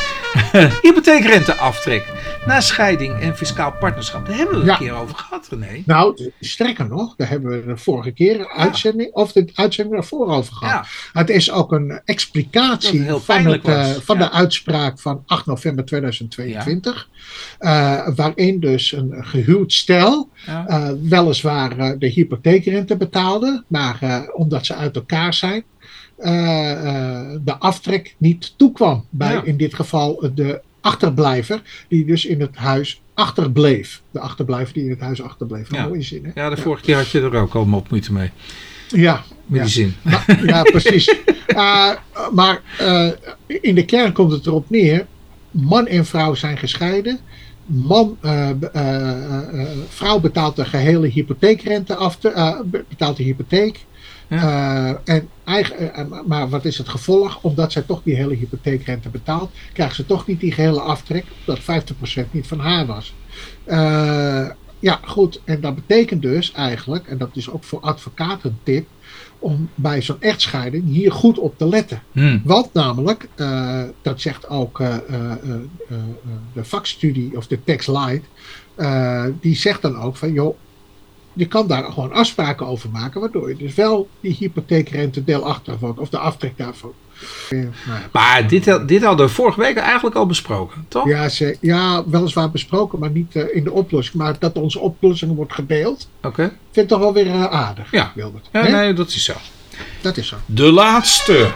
Hypotheekrenteaftrek na scheiding en fiscaal partnerschap. Daar hebben we het ja. een keer over gehad, René. Nou, sterker nog, daar hebben we de vorige keer een uitzending, of de uitzending daarvoor over gehad. Ja. Het is ook een explicatie van, het, uh, van ja. de uitspraak van acht november tweeduizend tweeëntwintig. Ja. Uh, waarin dus een gehuwd stel ja. uh, weliswaar uh, de hypotheekrente betaalde, maar uh, omdat ze uit elkaar zijn, Uh, uh, de aftrek niet toekwam bij ja. in dit geval de achterblijver die dus in het huis achterbleef. De achterblijver die in het huis achterbleef. Ja, mooie zin, hè? Ja, de ja. vorige keer had je er ook al wat moeite mee. Ja. Met ja. die zin. Maar, ja, precies. uh, maar uh, in de kern komt het erop neer. Man en vrouw zijn gescheiden. Man, uh, uh, uh, vrouw betaalt de gehele hypotheekrente af, te, uh, betaalt de hypotheek. Ja. Uh, en eigen, uh, maar wat is het gevolg? Omdat zij toch die hele hypotheekrente betaalt, krijgt ze toch niet die gehele aftrek, omdat vijftig procent niet van haar was. Uh, ja, goed. En dat betekent dus eigenlijk, en dat is ook voor advocaten een tip, om bij zo'n echtscheiding hier goed op te letten. Hmm. Want namelijk, uh, dat zegt ook uh, uh, uh, uh, de vakstudie of de Tax Light, uh, die zegt dan ook van, joh, je kan daar gewoon afspraken over maken, waardoor je dus wel die hypotheekrente deel achter wordt, of de aftrek daarvan. Maar dit, dit hadden we vorige week eigenlijk al besproken, toch? Ja, ze, ja weliswaar besproken, maar niet uh, in de oplossing. Maar dat onze oplossing wordt gedeeld, Oké. Okay. vind ik toch wel weer uh, aardig. Ja, Wilbert. ja nee, dat is zo. Dat is zo. De laatste.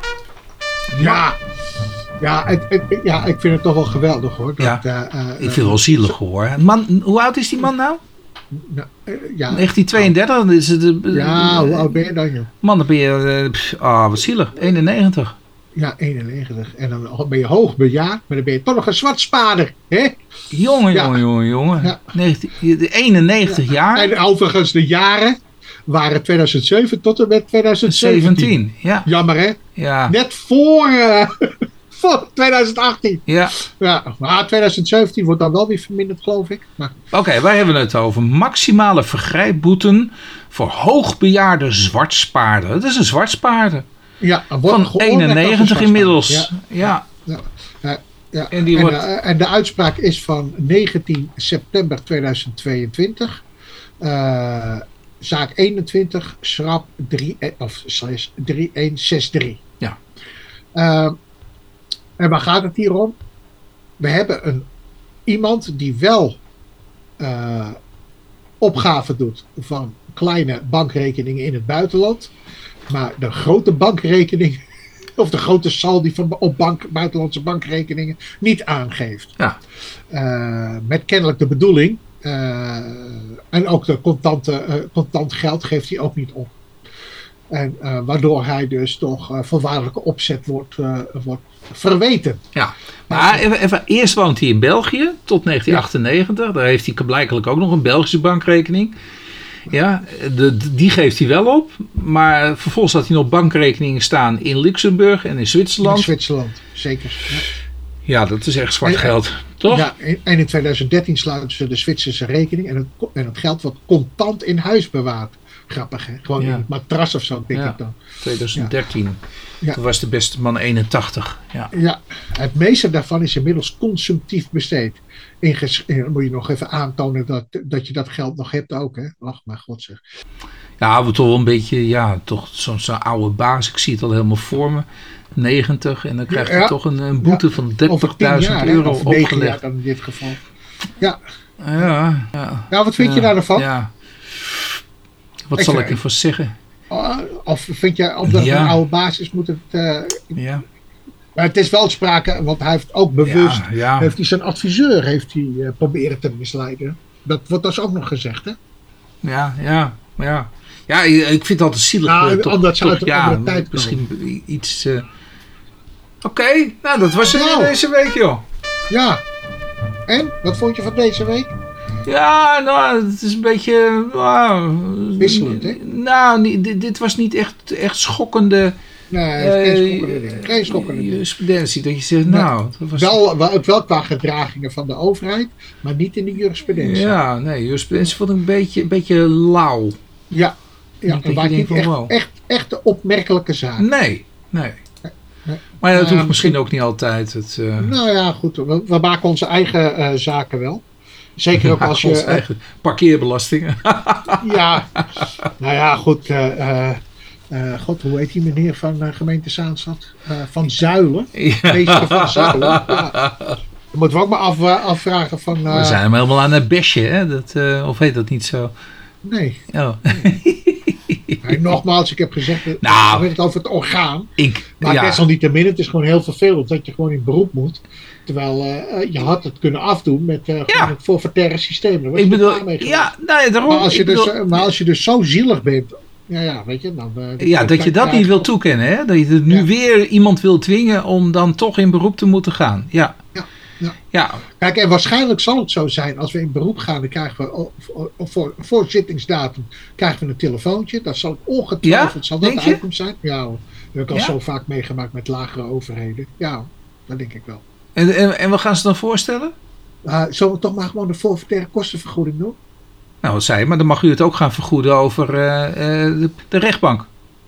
Ja, ja, het, het, ja ik vind het toch wel geweldig hoor. Dat, ja, uh, uh, ik vind het wel zielig hoor. Man, hoe oud is die man nou? Nou, uh, ja. negentien tweeëndertig is het. Uh, ja, hoe oud ben je dan joh? Man, dan ben je, uh, oh, wat zielig, eenennegentig. Ja, eenennegentig. En dan ben je hoog bejaard, maar dan ben je toch nog een zwartspaarder. Hè? Jongen, ja. jongen, jongen, jongen. Ja. negentien, eenennegentig ja. jaar. En overigens de jaren waren tweeduizend zeven tot en met tweeduizend zeventien. zeventien, ja. Jammer hè? Ja. Net voor, uh, voor tweeduizend achttien. Ja. Ja. Maar tweeduizend zeventien wordt dan wel weer verminderd geloof ik. Maar... Oké, okay, waar hebben we het over? Maximale vergrijpboeten voor hoogbejaarde zwartspaarden. Dat is een zwartspaarder. Ja, van eenennegentig inmiddels. Ja. Ja. Ja. Ja. Ja. En, die en, wordt... uh, en de uitspraak is van negentien september tweeduizend tweeëntwintig. Uh, zaak eenentwintig, schrap drie, of slash drie een zes drie. Ja. Uh, en waar gaat het hier om? We hebben een, iemand die wel uh, opgave doet van kleine bankrekeningen in het buitenland. Maar de grote bankrekening of de grote saldi van op bank, buitenlandse bankrekeningen niet aangeeft. Ja. Uh, met kennelijk de bedoeling. Uh, en ook de contante, uh, contant geld geeft hij ook niet op. En uh, waardoor hij dus toch uh, voorwaardelijke opzet wordt, uh, wordt verweten. Ja, maar even, even, eerst woont hij in België tot negentien achtennegentig. Ja. Daar heeft hij blijkbaar ook nog een Belgische bankrekening. Ja, de, die geeft hij wel op. Maar vervolgens had hij nog bankrekeningen staan in Luxemburg en in Zwitserland. In Zwitserland, zeker. Ja, ja dat is echt zwart en, geld, toch? Ja, en in tweeduizend dertien sluiten ze de Zwitserse rekening. En het, en het geld wordt contant in huis bewaard. Grappig, hè? Gewoon ja. in het matras of zo, denk ja, ik dan. tweeduizend dertien. Ja. Toen was de beste man eenentachtig. Ja. ja, het meeste daarvan is inmiddels consumptief besteed. In ges- in, moet je nog even aantonen dat, dat je dat geld nog hebt ook, hè? Ach, maar god zeg. Ja, we toch wel een beetje, ja, toch zo'n zo oude baas. Ik zie het al helemaal voor me. negentig en dan krijg je ja. toch een, een boete ja. van dertigduizend euro of opgelegd. Jaar dan in dit geval. Ja. Ja, ja. ja wat vind ja, je daar ervan? Ja. Wat ik zal ik ervan zeggen? Of vind je, omdat het ja. een oude baas is, moet het... Uh, ja. Maar het is wel sprake, want hij heeft ook bewust... Ja, ja. Heeft hij zijn adviseur heeft hij, uh, proberen te misleiden. Dat wordt dus ook nog gezegd, hè? Ja, ja, ja. Ja, ik vind het altijd zielig. Nou, uh, toch, omdat ze toch, uit een ja, andere tijd misschien komen. iets... Uh... Oké, okay, nou dat was het nou. Deze week, joh. Ja. En? Wat vond je van deze week? Ja, nou, het is een beetje... Uh, wisselend, hè? Nou, niet, dit, dit was niet echt, echt schokkende... Nee, uh, geen schokkende dingen. Geen schokkende dingen. Jurisprudentie, dat je zegt, nou... Nee, dat was... wel, wel, wel qua gedragingen van de overheid, maar niet in de jurisprudentie. Ja, nee, jurisprudentie vond ik een beetje, een beetje lauw. Ja, ja en waar niet echt, wow. echt, echt de opmerkelijke zaak. Nee, nee. Nee. Maar ja, dat uh, hoeft misschien ook niet altijd. Het, uh... Nou ja, goed. We, we maken onze eigen uh, zaken wel. Zeker ook als je... Uh, eigen parkeerbelastingen. Ja, nou ja, goed. Uh, uh, uh, God, hoe heet die meneer van uh, gemeente Zaanstad? Uh, van Zuilen. Ja. Meester van Zuilen. Ja. Dan moeten we ook maar af, uh, afvragen van... Uh, we zijn hem helemaal aan het besje, hè? Dat, uh, of heet dat niet zo? Nee. Oh. nee. Nee, nogmaals, ik heb gezegd, nou, we het over het orgaan. Ik, maar ja. desalniettemin, het is gewoon heel vervelend dat je gewoon in beroep moet. Terwijl uh, je had het kunnen afdoen met uh, ja. het forfaitaire systeem. Daar was ik bedoel, ja, nee, daarom. Maar als, je bedoel, dus, maar als je dus zo zielig bent, ja, ja weet je, dan... Uh, ja, dat je dat niet wil toekennen, hè? Dat je het nu ja. weer iemand wil dwingen om dan toch in beroep te moeten gaan. Ja. Ja. Ja. ja. Kijk, en waarschijnlijk zal het zo zijn, als we in beroep gaan, dan krijgen we oh, oh, voor, voor zittingsdatum krijgen we een telefoontje. Dat zal ongetwijfeld ja? zal dat de uitkomst zijn. Ja, dat heb ik al ja? zo vaak meegemaakt met lagere overheden. Ja, dat denk ik wel. En, en, en wat gaan ze dan voorstellen? Uh, zullen we toch maar gewoon de forfaitaire kostenvergoeding doen? Nou, wat zei je, maar dan mag u het ook gaan vergoeden over uh, uh, de, de rechtbank.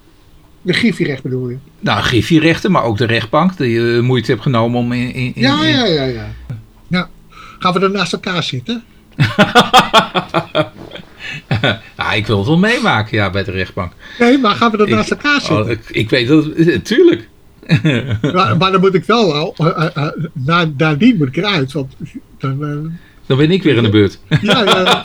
De griffierecht bedoel je? Nou, griffierechten, maar ook de rechtbank. Die je moeite hebt genomen om in... in, in ja, ja, ja, ja. Nou, gaan we er naast elkaar zitten? nou, ik wil het wel meemaken, ja, bij de rechtbank. Nee, maar gaan we dat naast elkaar zitten? Oh, ik, ik weet dat, tuurlijk. maar, maar dan moet ik wel, uh, uh, uh, na, nadien moet ik eruit, want dan... Uh, dan ben ik weer in de beurt. ja, ja,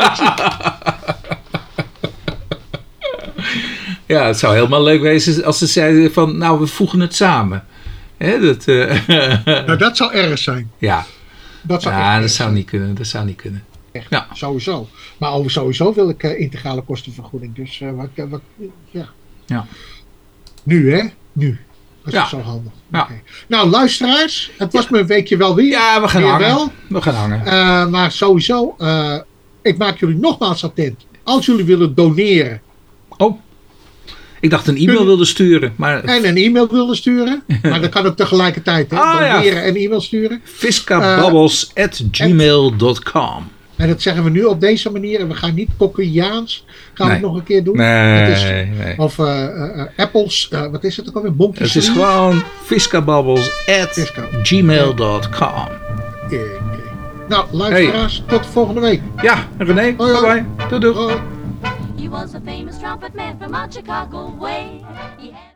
ja, het zou helemaal leuk wezen als ze zeiden van, nou, we voegen het samen. Hè, dat, uh, nou, dat zou erg zijn. Ja, dat zou, ja, dat zou zijn. niet kunnen. Dat zou niet kunnen. Echt, ja. Sowieso. Maar over sowieso wil ik uh, integrale kostenvergoeding. Dus uh, wat, uh, wat, ja. ja. Nu, hè? Nu. Dat is ja. zo handig. Ja. Okay. Nou, luisteraars, het was ja. me een weekje wel weer. Ja, we gaan weer hangen. Wel. We gaan hangen. Uh, maar sowieso, uh, ik maak jullie nogmaals attent. Als jullie willen doneren. Oh. Ik dacht een e-mail wilde sturen. Maar... En een e-mail wilde sturen. Maar dan kan het tegelijkertijd. Hè? Ah, doneren ja. en e-mail sturen. Fiscabubbles at gmail dot com. En dat zeggen we nu op deze manier. En we gaan niet Pockejaans. Gaan nee. we het nog een keer doen? Nee, is, nee. Of uh, uh, Apples. Uh, wat is het ook alweer? Bonkjes. Het is gewoon fiscabubbles at gmail dot com. Okay, okay. Nou, luisteraars. Hey. Tot de volgende week. Ja, René. Bye bye. Doei doei. Hoi. He was a famous trumpet man from out Chicago way. He had